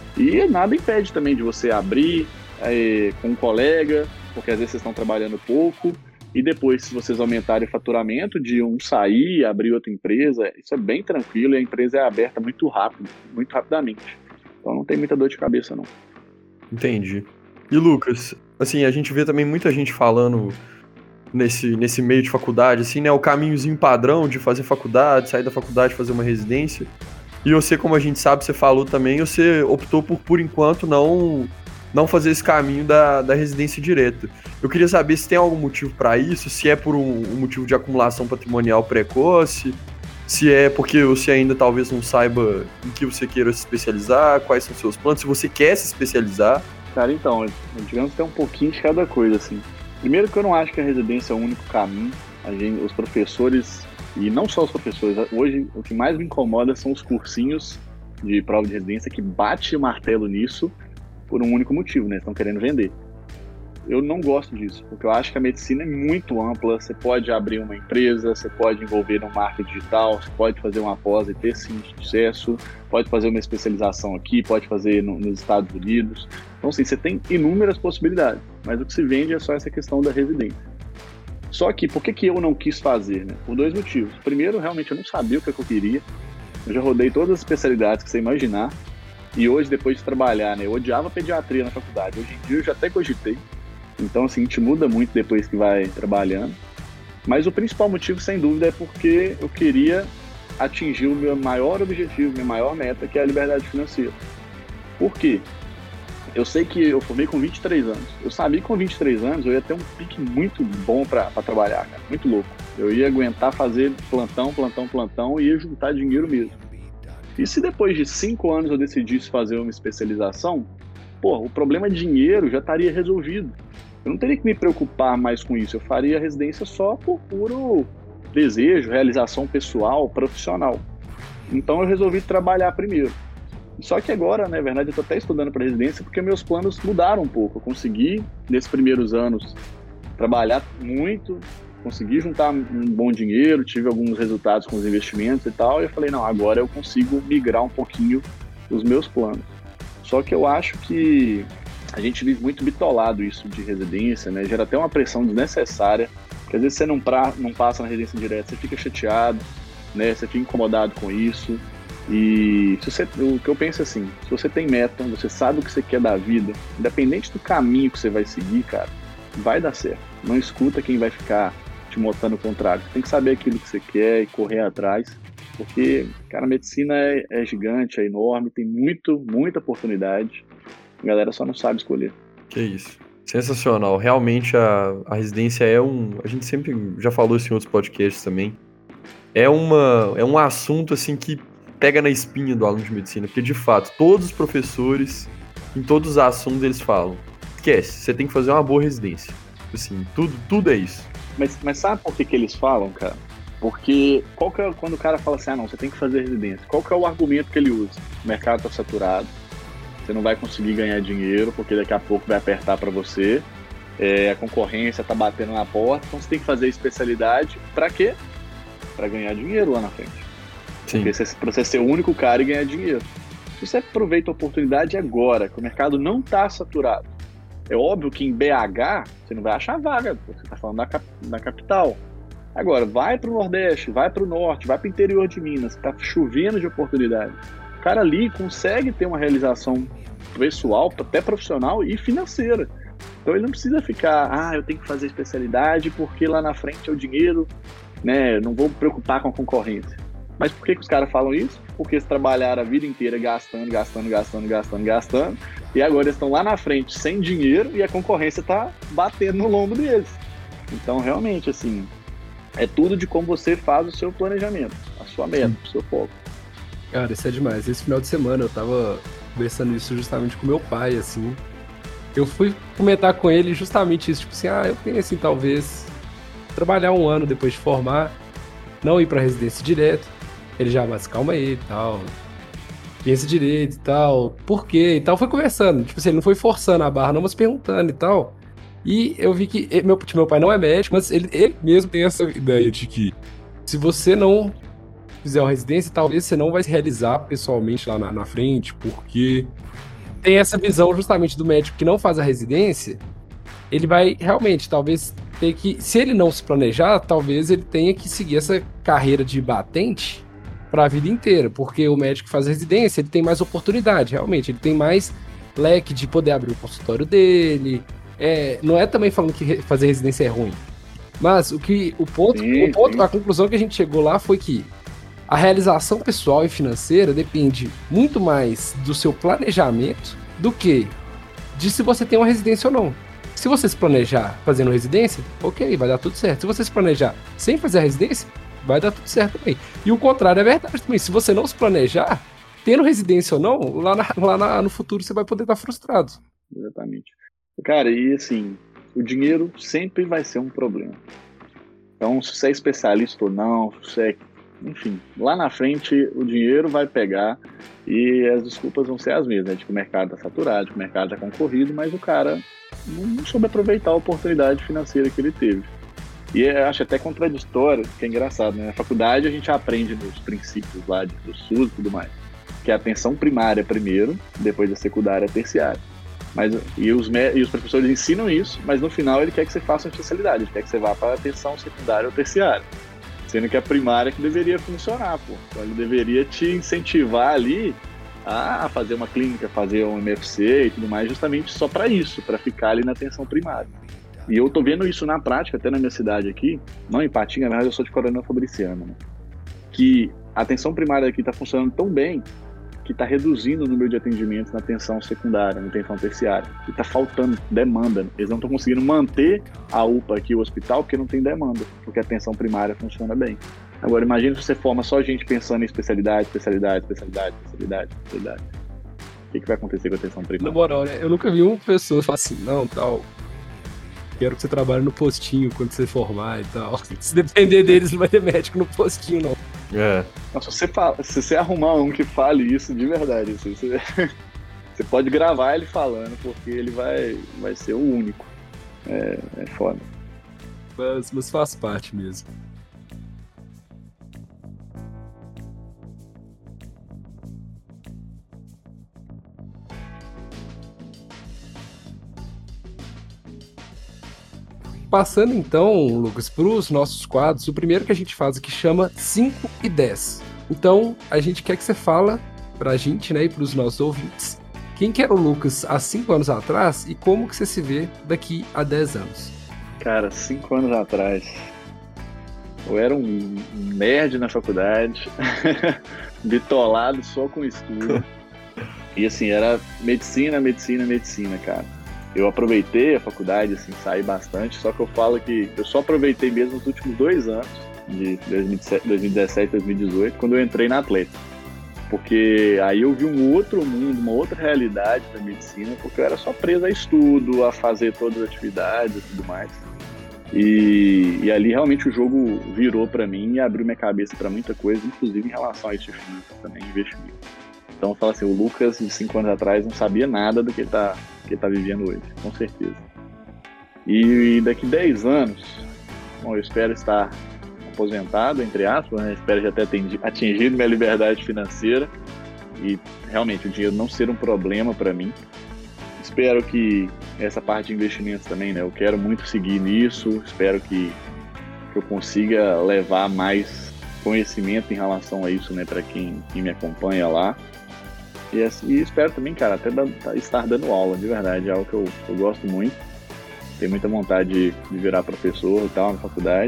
S3: E nada impede também de você abrir com um colega, porque às vezes vocês estão trabalhando pouco, e depois, se vocês aumentarem o faturamento, de um sair, abrir outra empresa, isso é bem tranquilo e a empresa é aberta muito rápido, muito rapidamente. Então não tem muita dor de cabeça, não.
S2: Entendi. E Lucas, assim, a gente vê também muita gente falando nesse meio de faculdade, assim, né, o caminhozinho padrão de fazer faculdade, sair da faculdade, fazer uma residência. E você, como a gente sabe, você falou também, você optou por enquanto, não fazer esse caminho da residência direta. Eu queria saber se tem algum motivo para isso, se é por um motivo de acumulação patrimonial precoce, se é porque você ainda talvez não saiba em que você queira se especializar, quais são seus planos, se você quer se especializar.
S3: Cara, então, digamos que é um pouquinho de cada coisa, assim. Primeiro que eu não acho que a residência é o único caminho. Os professores, e não só os professores, hoje o que mais me incomoda são os cursinhos de prova de residência que bate o martelo nisso por um único motivo, né? Estão querendo vender. Eu não gosto disso, porque eu acho que a medicina é muito ampla. Você pode abrir uma empresa, você pode envolver no marketing digital, você pode fazer uma pós e ter sim sucesso, pode fazer uma especialização aqui, pode fazer nos Estados Unidos. Então, assim, você tem inúmeras possibilidades, mas o que se vende é só essa questão da residência. Só que, por que eu não quis fazer, né? Por dois motivos. Primeiro, realmente, eu não sabia o que eu queria. Eu já rodei todas as especialidades que você imaginar. E hoje, depois de trabalhar, né? Eu odiava pediatria na faculdade. Hoje em dia, eu já até cogitei. Então, assim, a gente muda muito depois que vai trabalhando. Mas o principal motivo, sem dúvida, é porque eu queria atingir o meu maior objetivo, minha maior meta, que é a liberdade financeira. Por quê? Eu sei que eu formei com 23 anos. Eu sabia que com 23 anos eu ia ter um pique muito bom para trabalhar, cara. Muito louco. Eu ia aguentar fazer plantão e ia juntar dinheiro mesmo. E se depois de 5 anos eu decidisse fazer uma especialização, o problema de dinheiro já estaria resolvido. Eu não teria que me preocupar mais com isso. Eu faria a residência só por puro desejo, realização pessoal, profissional. Então eu resolvi trabalhar primeiro. Só que agora, na verdade, eu estou até estudando para residência porque meus planos mudaram um pouco. Eu consegui, nesses primeiros anos, trabalhar muito, consegui juntar um bom dinheiro, tive alguns resultados com os investimentos e tal, e eu falei, não, agora eu consigo migrar um pouquinho os meus planos. Só que eu acho que a gente vive muito bitolado isso de residência, né? Gera até uma pressão desnecessária, porque às vezes você não passa na residência direta, você fica chateado, né? Você fica incomodado com isso. E o que eu penso assim, se você tem meta, você sabe o que você quer da vida, independente do caminho que você vai seguir, cara, vai dar certo. Não escuta quem vai ficar te mostrando o contrário. Você tem que saber aquilo que você quer e correr atrás, porque, cara, a medicina é gigante, é enorme, tem muita oportunidade. A galera só não sabe escolher.
S2: Que isso. Sensacional. Realmente a residência é a gente sempre já falou isso em outros podcasts também. É um assunto assim que pega na espinha do aluno de medicina, porque de fato, todos os professores, em todos os assuntos, eles falam: esquece, você tem que fazer uma boa residência. Assim, tudo é isso.
S3: Mas sabe por que eles falam, cara? Porque quando o cara fala assim, não, você tem que fazer residência, qual que é o argumento que ele usa? O mercado está saturado, você não vai conseguir ganhar dinheiro, porque daqui a pouco vai apertar para você, a concorrência está batendo na porta, então você tem que fazer especialidade para quê? Para ganhar dinheiro lá na frente.
S2: Sim.
S3: Para você ser o único cara e ganhar dinheiro. Se você aproveita a oportunidade agora, que o mercado não está saturado, é óbvio que em BH você não vai achar vaga, você está falando da capital. Agora, vai para o Nordeste, vai para o Norte, vai para o interior de Minas, está chovendo de oportunidade. O cara ali consegue ter uma realização pessoal, até profissional e financeira. Então ele não precisa ficar, eu tenho que fazer especialidade porque lá na frente é o dinheiro, né? Não vou me preocupar com a concorrência. Mas por que os caras falam isso? Porque eles trabalharam a vida inteira gastando, e agora eles estão lá na frente sem dinheiro e a concorrência está batendo no lombo deles. Então, realmente, assim, é tudo de como você faz o seu planejamento, a sua meta, o seu foco.
S1: Cara, isso é demais. Esse final de semana eu tava conversando isso justamente com meu pai, assim. Eu fui comentar com ele justamente isso, tipo assim, eu penso em talvez trabalhar um ano depois de formar, não ir pra residência direto. Ele já, mas calma aí e tal, pensa direito e tal, por quê e tal, foi conversando, tipo assim, ele não foi forçando a barra não, mas perguntando e tal, e eu vi que meu pai não é médico, mas ele mesmo tem essa ideia de que se você não fizer uma residência, talvez você não vai se realizar pessoalmente lá na frente, porque tem essa visão justamente do médico que não faz a residência, ele vai realmente, talvez, ter que, se ele não se planejar, talvez ele tenha que seguir essa carreira de batente para a vida inteira, porque o médico que faz residência, ele tem mais oportunidade, realmente, ele tem mais leque de poder abrir o consultório dele, não é também falando que fazer residência é ruim, mas a conclusão que a gente chegou lá foi que a realização pessoal e financeira depende muito mais do seu planejamento do que de se você tem uma residência ou não. Se você se planejar fazendo residência, ok, vai dar tudo certo. Se você se planejar sem fazer a residência, vai dar tudo certo também. E o contrário é verdade também. Se você não se planejar, tendo residência ou não, no futuro você vai poder estar frustrado.
S3: Exatamente. Cara, e assim, o dinheiro sempre vai ser um problema. Então, se você é especialista ou não, enfim, lá na frente o dinheiro vai pegar e as desculpas vão ser as mesmas, né? Tipo, o mercado está saturado, o mercado está concorrido, mas o cara não soube aproveitar a oportunidade financeira que ele teve. E eu acho até contraditório, que é engraçado, né? Na faculdade a gente aprende nos princípios lá do SUS e tudo mais, que é a atenção primária primeiro, depois a secundária, a terciária. E os professores ensinam isso, mas no final ele quer que você faça uma especialidade, ele quer que você vá para a atenção secundária ou terciária. Sendo que a primária que deveria funcionar, pô. Então ele deveria te incentivar ali a fazer uma clínica, fazer um MFC e tudo mais, justamente só para isso, para ficar ali na atenção primária. E eu tô vendo isso na prática, até na minha cidade aqui, não em Patinga, na verdade eu sou de Coronel Fabriciano, né? Que a atenção primária aqui tá funcionando tão bem que tá reduzindo o número de atendimentos na atenção secundária, na atenção terciária. E tá faltando demanda. Eles não estão conseguindo manter a UPA aqui, o hospital, porque não tem demanda, porque a atenção primária funciona bem. Agora, imagina se você forma só gente pensando em especialidade. O que vai acontecer com a atenção primária?
S1: Na moral, né? Eu nunca vi uma pessoa falar assim, não, tal, quero que você trabalhe no postinho quando você formar e tal. Se depender deles, não vai ter médico no postinho, não.
S3: Nossa, se você arrumar um que fale isso de verdade, assim, você pode gravar ele falando, porque ele vai ser o único. É foda.
S1: Mas faz parte mesmo. Passando então, Lucas, para os nossos quadros, o primeiro que a gente faz aqui chama 5 e 10. Então, a gente quer que você fala para a gente, né, e para os nossos ouvintes, quem que era o Lucas há 5 anos atrás e como que você se vê daqui a 10 anos.
S3: Cara, 5 anos atrás, eu era um nerd na faculdade, bitolado só com estudo. E assim, era medicina, cara. Eu aproveitei a faculdade, assim, saí bastante, só que eu falo que eu só aproveitei mesmo nos últimos 2 anos, de 2017 e 2018, quando eu entrei na Atlética. Porque aí eu vi um outro mundo, uma outra realidade da medicina, porque eu era só preso a estudo, a fazer todas as atividades e tudo mais. E ali realmente o jogo virou para mim e abriu minha cabeça para muita coisa, inclusive em relação a isso de finanças também, investimento. Então eu falo assim, o Lucas de 5 anos atrás não sabia nada do que ele tá vivendo hoje, com certeza. E daqui 10 anos, bom, eu espero estar aposentado, entre aspas, né? Espero já ter atingido minha liberdade financeira e realmente o dinheiro não ser um problema para mim. Espero que essa parte de investimentos também, né? Eu quero muito seguir nisso, espero que eu consiga levar mais conhecimento em relação a isso, né? Para quem me acompanha lá. E espero também, cara, até estar dando aula, de verdade, é algo que eu gosto muito. Tenho muita vontade de virar professor e tal na faculdade.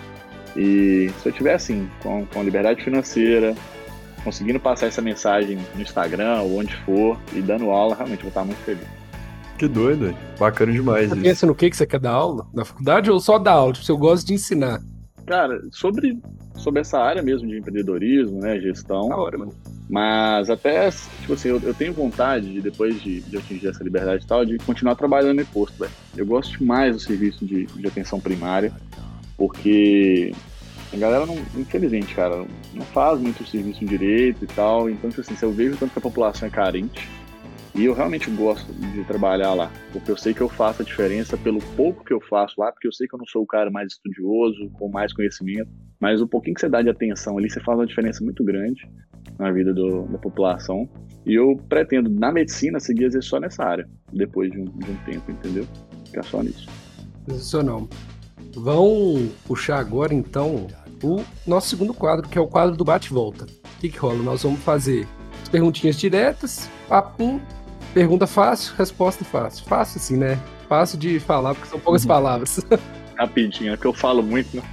S3: E se eu tiver assim, com liberdade financeira, conseguindo passar essa mensagem no Instagram ou onde for e dando aula, realmente vou estar muito feliz.
S2: Que doido, bacana demais.
S1: Você pensa no que você quer dar aula? Na faculdade ou só dar aula? Tipo, eu gosto de ensinar.
S3: Cara, sobre essa área mesmo de empreendedorismo, né, gestão.
S1: Da hora, mano.
S3: Mas até, tipo assim, eu tenho vontade de, depois de atingir essa liberdade e tal, de continuar trabalhando em posto, velho. Eu gosto demais do serviço de atenção primária, porque a galera, não, infelizmente, cara, não faz muito serviço direito e tal. Então, tipo assim, se eu vejo tanto que a população é carente, e eu realmente gosto de trabalhar lá, porque eu sei que eu faço a diferença pelo pouco que eu faço lá, porque eu sei que eu não sou o cara mais estudioso, com mais conhecimento, mas o pouquinho que você dá de atenção ali, você faz uma diferença muito grande na vida da população. E eu pretendo, na medicina, seguir às vezes só nessa área, depois de um tempo, entendeu? Ficar só nisso.
S1: Sensacional. Vamos puxar agora, então, o nosso segundo quadro, que é o quadro do bate-volta. O que rola? Nós vamos fazer as perguntinhas diretas, papum, pergunta fácil, resposta fácil. Fácil assim, né? Fácil de falar, porque são poucas palavras.
S3: Rapidinho, é que eu falo muito, né?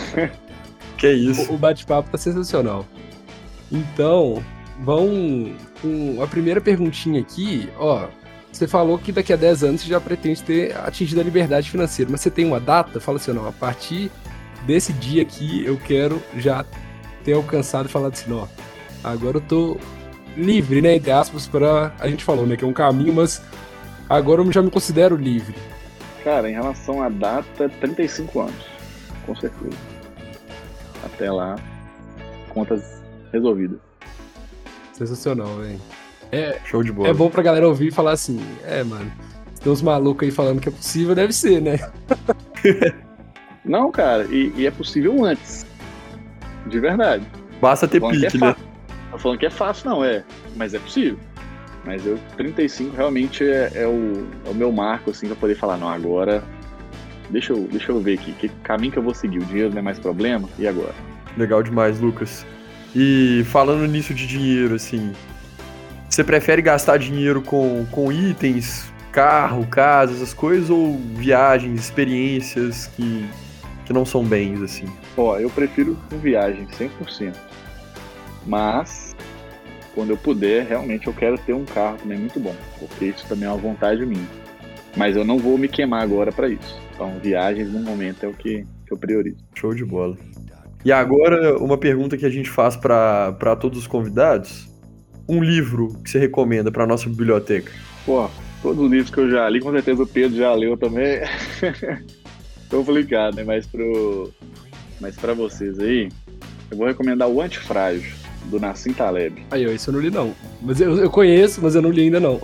S2: Que isso?
S1: O bate-papo tá sensacional. Então, vamos com a primeira perguntinha aqui. Ó, você falou que daqui a 10 anos você já pretende ter atingido a liberdade financeira, mas você tem uma data? Fala assim, não, a partir desse dia aqui eu quero já ter alcançado e falado assim, ó, agora eu tô livre, né, entre aspas, para a gente falou, né, que é um caminho, mas agora eu já me considero livre.
S3: Cara, em relação à data, 35 anos, com certeza. Até lá, contas resolvidas.
S1: Sensacional, velho.
S2: Show de bola.
S1: É bom pra galera ouvir e falar assim, mano, se tem uns malucos aí falando que é possível, deve ser, né?
S3: Não, cara, e é possível antes. De verdade.
S2: Basta ter pique, né?
S3: Tô falando que é fácil, não, mas é possível. Mas 35 realmente é o meu marco, assim, pra poder falar, não, agora, deixa eu ver aqui, que caminho que eu vou seguir, o dinheiro não é mais problema, e agora?
S2: Legal demais, Lucas. E falando nisso de dinheiro, assim, você prefere gastar dinheiro com itens, carro, casa, essas coisas, ou viagens, experiências que não são bens, assim?
S3: Ó, eu prefiro viagem, 100%. Mas, quando eu puder, realmente eu quero ter um carro também muito bom, porque isso também é uma vontade minha. Mas eu não vou me queimar agora para isso. Então, viagens no momento é o que eu priorizo.
S2: Show de bola. E agora, uma pergunta que a gente faz para todos os convidados. Um livro que você recomenda para nossa biblioteca?
S3: Pô, todos os livros que eu já li, com certeza o Pedro já leu também. Complicado, né? Mas para vocês aí, eu vou recomendar o Antifrágil, do Nassim Taleb.
S1: Aí, ó, isso eu não li não. Mas eu conheço, mas eu não li ainda não.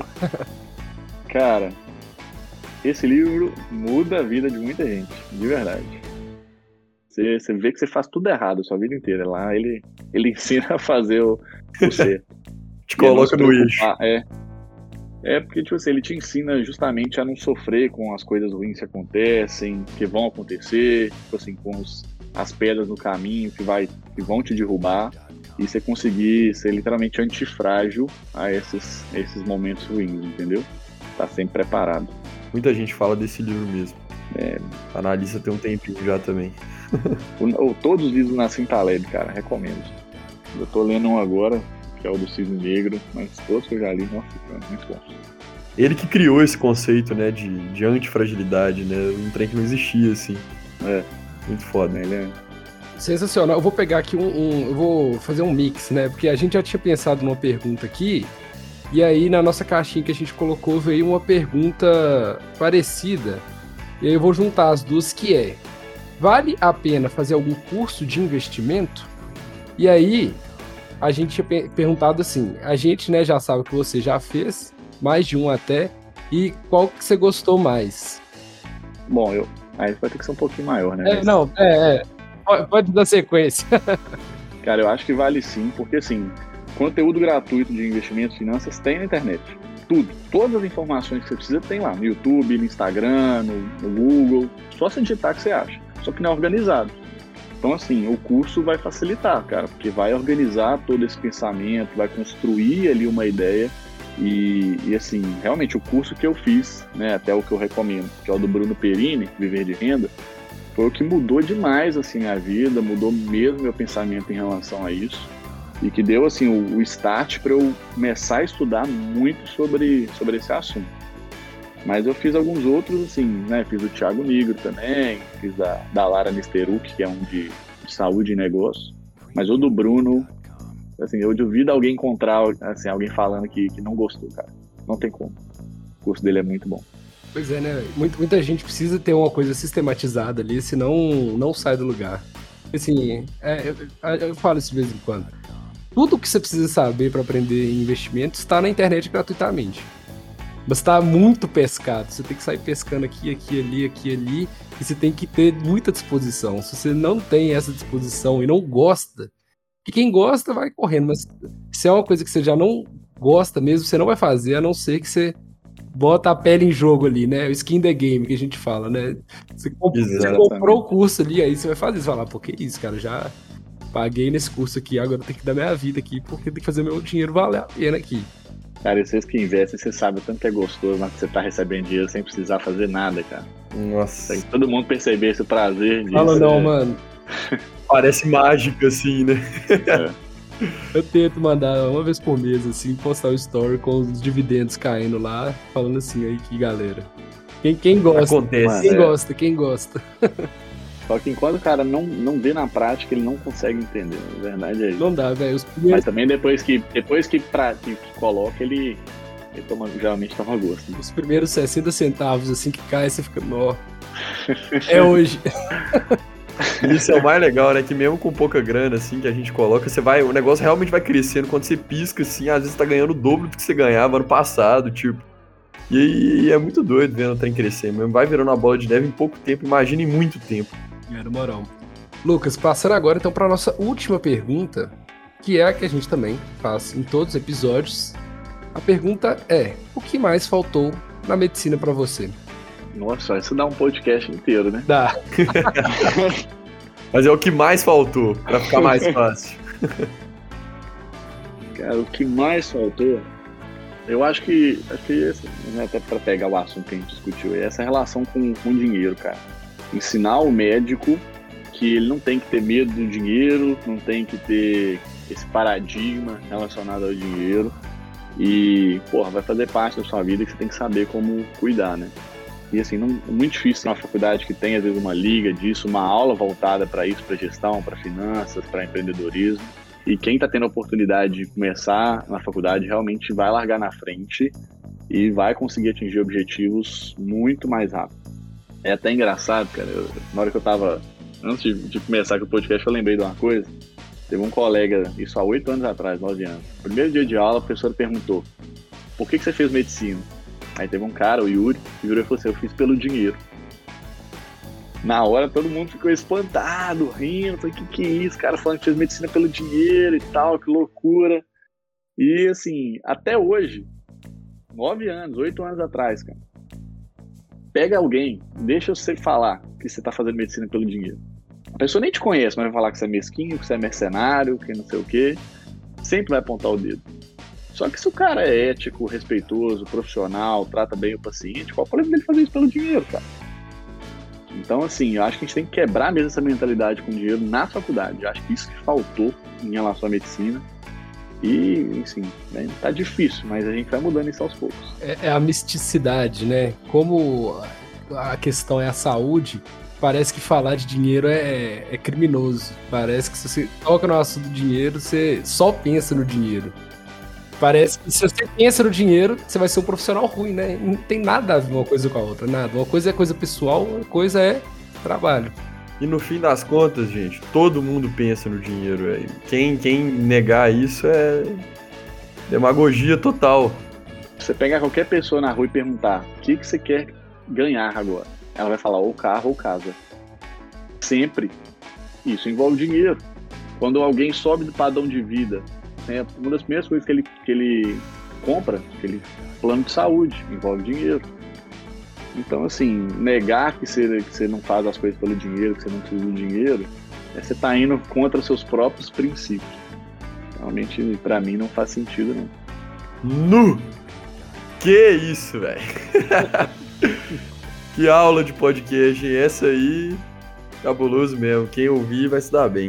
S3: Cara, esse livro muda a vida de muita gente, de verdade. Você vê que você faz tudo errado a sua vida inteira. Lá ele ensina a fazer o certo.
S2: Te coloca no eixo.
S3: Porque, tipo assim, ele te ensina justamente a não sofrer com as coisas ruins que acontecem, que vão acontecer, tipo assim, com as pedras no caminho que vão te derrubar, e você conseguir ser literalmente antifrágil a esses momentos ruins, entendeu? Tá sempre preparado.
S2: Muita gente fala desse livro mesmo. Analisa tem um tempinho já também.
S3: Todos os livros do Nassim Taleb, cara, recomendo. Eu tô lendo um agora, que é o do Cisne Negro, mas todos que eu já li, nossa, é muito bom.
S2: Ele que criou esse conceito, né, de antifragilidade, né, um trem que não existia, assim. Muito foda.
S3: Ele é
S1: sensacional. Eu vou pegar aqui eu vou fazer um mix, né, porque a gente já tinha pensado numa pergunta aqui, e aí na nossa caixinha que a gente colocou veio uma pergunta parecida, e aí eu vou juntar as duas, que é: vale a pena fazer algum curso de investimento? E aí a gente tinha perguntado assim, a gente, né, já sabe que você já fez, mais de um até, e qual que você gostou mais?
S3: Bom, aí vai ter que ser um pouquinho maior, né?
S1: Pode dar sequência.
S3: Cara, eu acho que vale sim, porque assim, conteúdo gratuito de investimentos e finanças tem na internet. Tudo. Todas as informações que você precisa tem lá, no YouTube, no Instagram, no Google. Só você digitar que você acha. Só que não é organizado. Então, assim, o curso vai facilitar, cara, porque vai organizar todo esse pensamento, vai construir ali uma ideia e assim, realmente o curso que eu fiz, né, até o que eu recomendo, que é o do Bruno Perini, Viver de Renda, foi o que mudou demais, assim, a vida, mudou mesmo meu pensamento em relação a isso e que deu, assim, o start para eu começar a estudar muito sobre esse assunto. Mas eu fiz alguns outros, assim, né? Fiz o Thiago Nigro também, fiz da Lara Nesteruk, que é um de saúde e negócio. Mas o do Bruno, assim, eu duvido alguém encontrar, assim, alguém falando que não gostou, cara. Não tem como. O curso dele é muito bom.
S1: Pois é, né? Muita gente precisa ter uma coisa sistematizada ali, senão não sai do lugar. Assim, eu falo isso de vez em quando. Tudo que você precisa saber para aprender em investimento está na internet gratuitamente. Mas tá muito pescado, você tem que sair pescando aqui, ali, e você tem que ter muita disposição. Se você não tem essa disposição e não gosta, que quem gosta vai correndo, mas se é uma coisa que você já não gosta mesmo, você não vai fazer, a não ser que você bota a pele em jogo ali, né? O skin the game que a gente fala, né? Você comprou o curso ali, aí você vai fazer, você vai falar, pô, que isso, cara, já paguei nesse curso aqui, agora tem que dar minha vida aqui, porque tem que fazer meu dinheiro valer a pena aqui.
S3: Cara, e vocês que investem, você sabe o tanto que é gostoso, mas que você tá recebendo dinheiro sem precisar fazer nada, cara.
S2: Nossa.
S3: Tem que todo mundo perceber esse prazer disso.
S1: Fala não, mano.
S2: Parece mágica, assim, né?
S1: Eu tento mandar uma vez por mês, assim, postar um story com os dividendos caindo lá, falando assim, aí que galera. Quem gosta,
S2: acontece.
S1: Quem gosta.
S3: Só que enquanto o cara não vê na prática, ele não consegue entender. Na verdade é isso.
S1: Não dá, velho.
S3: Mas também depois que coloca, ele geralmente toma gosto.
S1: Os primeiros 60 centavos, assim, que cai, você fica, nó. É hoje.
S2: Isso é o mais legal, né? Que mesmo com pouca grana, assim, que a gente coloca, o negócio realmente vai crescendo. Quando você pisca, assim, às vezes você tá ganhando o dobro do que você ganhava ano passado, tipo. E é muito doido vendo o trem crescer mesmo. Vai virando uma bola de neve em pouco tempo, imagina em muito tempo.
S1: Na moral. Lucas, passando agora então para nossa última pergunta, que é a que a gente também faz em todos os episódios. A pergunta é: o que mais faltou na medicina para você?
S3: Nossa, isso dá um podcast inteiro, né?
S1: Dá.
S2: Mas é o que mais faltou, para ficar mais fácil.
S3: Cara, o que mais faltou, eu acho que até para pegar o assunto que a gente discutiu, é essa relação com o dinheiro, cara. Ensinar o médico que ele não tem que ter medo do dinheiro, não tem que ter esse paradigma relacionado ao dinheiro e, vai fazer parte da sua vida que você tem que saber como cuidar, né? E assim, é muito difícil ter uma faculdade que tem às vezes uma liga disso, uma aula voltada para isso, para gestão, para finanças, para empreendedorismo. E quem está tendo a oportunidade de começar na faculdade realmente vai largar na frente e vai conseguir atingir objetivos muito mais rápido. É até engraçado, cara. Na hora que eu tava... Antes de começar com o podcast, eu lembrei de uma coisa. Teve um colega, isso há 8 anos atrás, 9 anos. Primeiro dia de aula, a professora perguntou: por que você fez medicina? Aí teve um cara, o Yuri, que virou e falou assim: eu fiz pelo dinheiro. Na hora todo mundo ficou espantado, rindo, falei, que é isso? Cara falando que fez medicina pelo dinheiro e tal, que loucura. E assim, até hoje, 9 anos, 8 anos atrás, cara, pega alguém, deixa você falar que você tá fazendo medicina pelo dinheiro. A pessoa nem te conhece, mas vai falar que você é mesquinho, que você é mercenário, que não sei o quê. Sempre vai apontar o dedo. Só que se o cara é ético, respeitoso, profissional, trata bem o paciente, qual o problema dele fazer isso pelo dinheiro, cara? Então, assim, eu acho que a gente tem que quebrar mesmo essa mentalidade com dinheiro na faculdade. Eu acho que isso que faltou em relação à medicina. E, assim, né, tá difícil, mas a gente vai mudando isso aos poucos.
S1: É a misticidade, né? Como a questão é a saúde, parece que falar de dinheiro é criminoso. Parece que se você toca no assunto do dinheiro, você só pensa no dinheiro. Parece que se você pensa no dinheiro, você vai ser um profissional ruim, né? Não tem nada a ver uma coisa com a outra, nada. Uma coisa é coisa pessoal, outra coisa é trabalho.
S2: E no fim das contas, gente, todo mundo pensa no dinheiro, velho. Quem negar isso é demagogia total.
S3: Você pegar qualquer pessoa na rua e perguntar o que você quer ganhar agora, ela vai falar ou carro ou casa. Sempre. Isso envolve dinheiro. Quando alguém sobe do padrão de vida, né, uma das primeiras coisas que ele compra, aquele plano de saúde, envolve dinheiro. Então, assim, negar que você não faz as coisas pelo dinheiro, que você não precisa do dinheiro, você está indo contra seus próprios princípios. Realmente, para mim, não faz sentido, não.
S2: Nu! Que isso, velho? Que aula de podcast, hein? Essa aí, cabuloso mesmo. Quem ouvir vai se dar bem.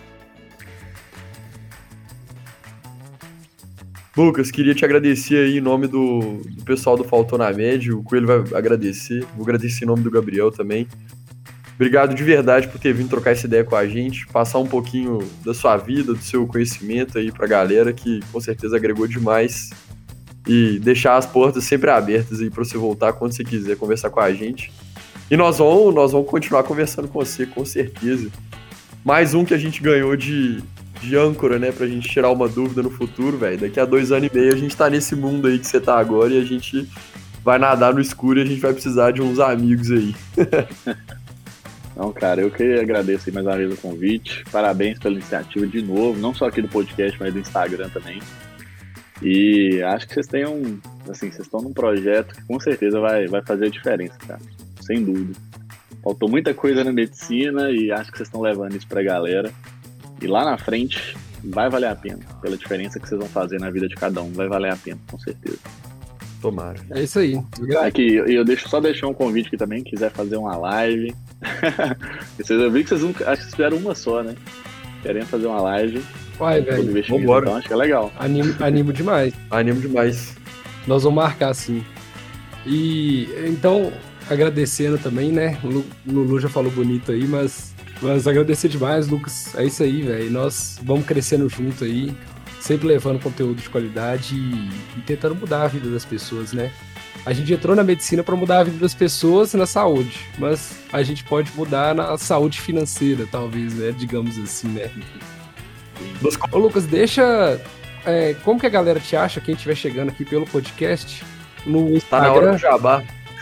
S2: Lucas, queria te agradecer aí em nome do pessoal do Faltou na Média. O Coelho vai agradecer. Vou agradecer em nome do Gabriel também. Obrigado de verdade por ter vindo trocar essa ideia com a gente, passar um pouquinho da sua vida, do seu conhecimento aí pra galera, que com certeza agregou demais. E deixar as portas sempre abertas aí pra você voltar quando você quiser conversar com a gente. E nós vamos continuar conversando com você, com certeza. Mais um que a gente ganhou de âncora, né, pra gente tirar uma dúvida no futuro, velho. Daqui a 2 anos e meio a gente tá nesse mundo aí que você tá agora e a gente vai nadar no escuro e a gente vai precisar de uns amigos aí.
S3: Não, cara, eu que agradeço aí mais uma vez o convite. Parabéns pela iniciativa de novo, não só aqui do podcast, mas do Instagram também. E acho que vocês estão num projeto que com certeza vai fazer a diferença, cara. Sem dúvida. Faltou muita coisa na medicina e acho que vocês estão levando isso pra galera. E lá na frente vai valer a pena. Pela diferença que vocês vão fazer na vida de cada um, vai valer a pena, com certeza.
S2: Tomara.
S1: É isso aí.
S3: Aqui, eu deixar um convite aqui também, quiser fazer uma live. Eu vi que vocês nunca, acho que vocês fizeram uma só, né? Querendo fazer uma live.
S1: Vai, velho.
S2: Vambora.
S3: Então, acho que é legal.
S1: Animo demais.
S2: Animo demais.
S1: Nós vamos marcar, sim. E, então, agradecendo também, né? O Lulu já falou bonito aí, mas agradecer demais, Lucas. É isso aí, velho. Nós vamos crescendo junto aí, sempre levando conteúdo de qualidade e tentando mudar a vida das pessoas, né? A gente entrou na medicina para mudar a vida das pessoas na saúde, mas a gente pode mudar na saúde financeira, talvez, né? Digamos assim, né? Ô, Lucas, deixa... como que a galera te acha, quem estiver chegando aqui pelo podcast, no Instagram?
S2: Tá na hora do jabá.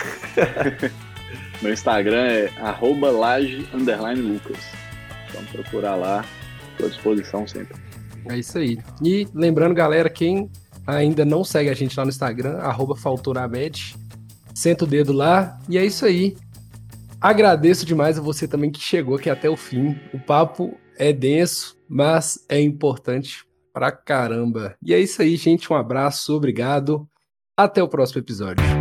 S3: Meu Instagram é @laje_lucas. Vamos procurar lá, estou à disposição sempre.
S1: É isso aí. E lembrando, galera, quem ainda não segue a gente lá no Instagram, @faltonamed, senta o dedo lá, e é isso aí. Agradeço demais a você também que chegou aqui até o fim. O papo é denso, mas é importante pra caramba. E é isso aí, gente. Um abraço, obrigado. Até o próximo episódio.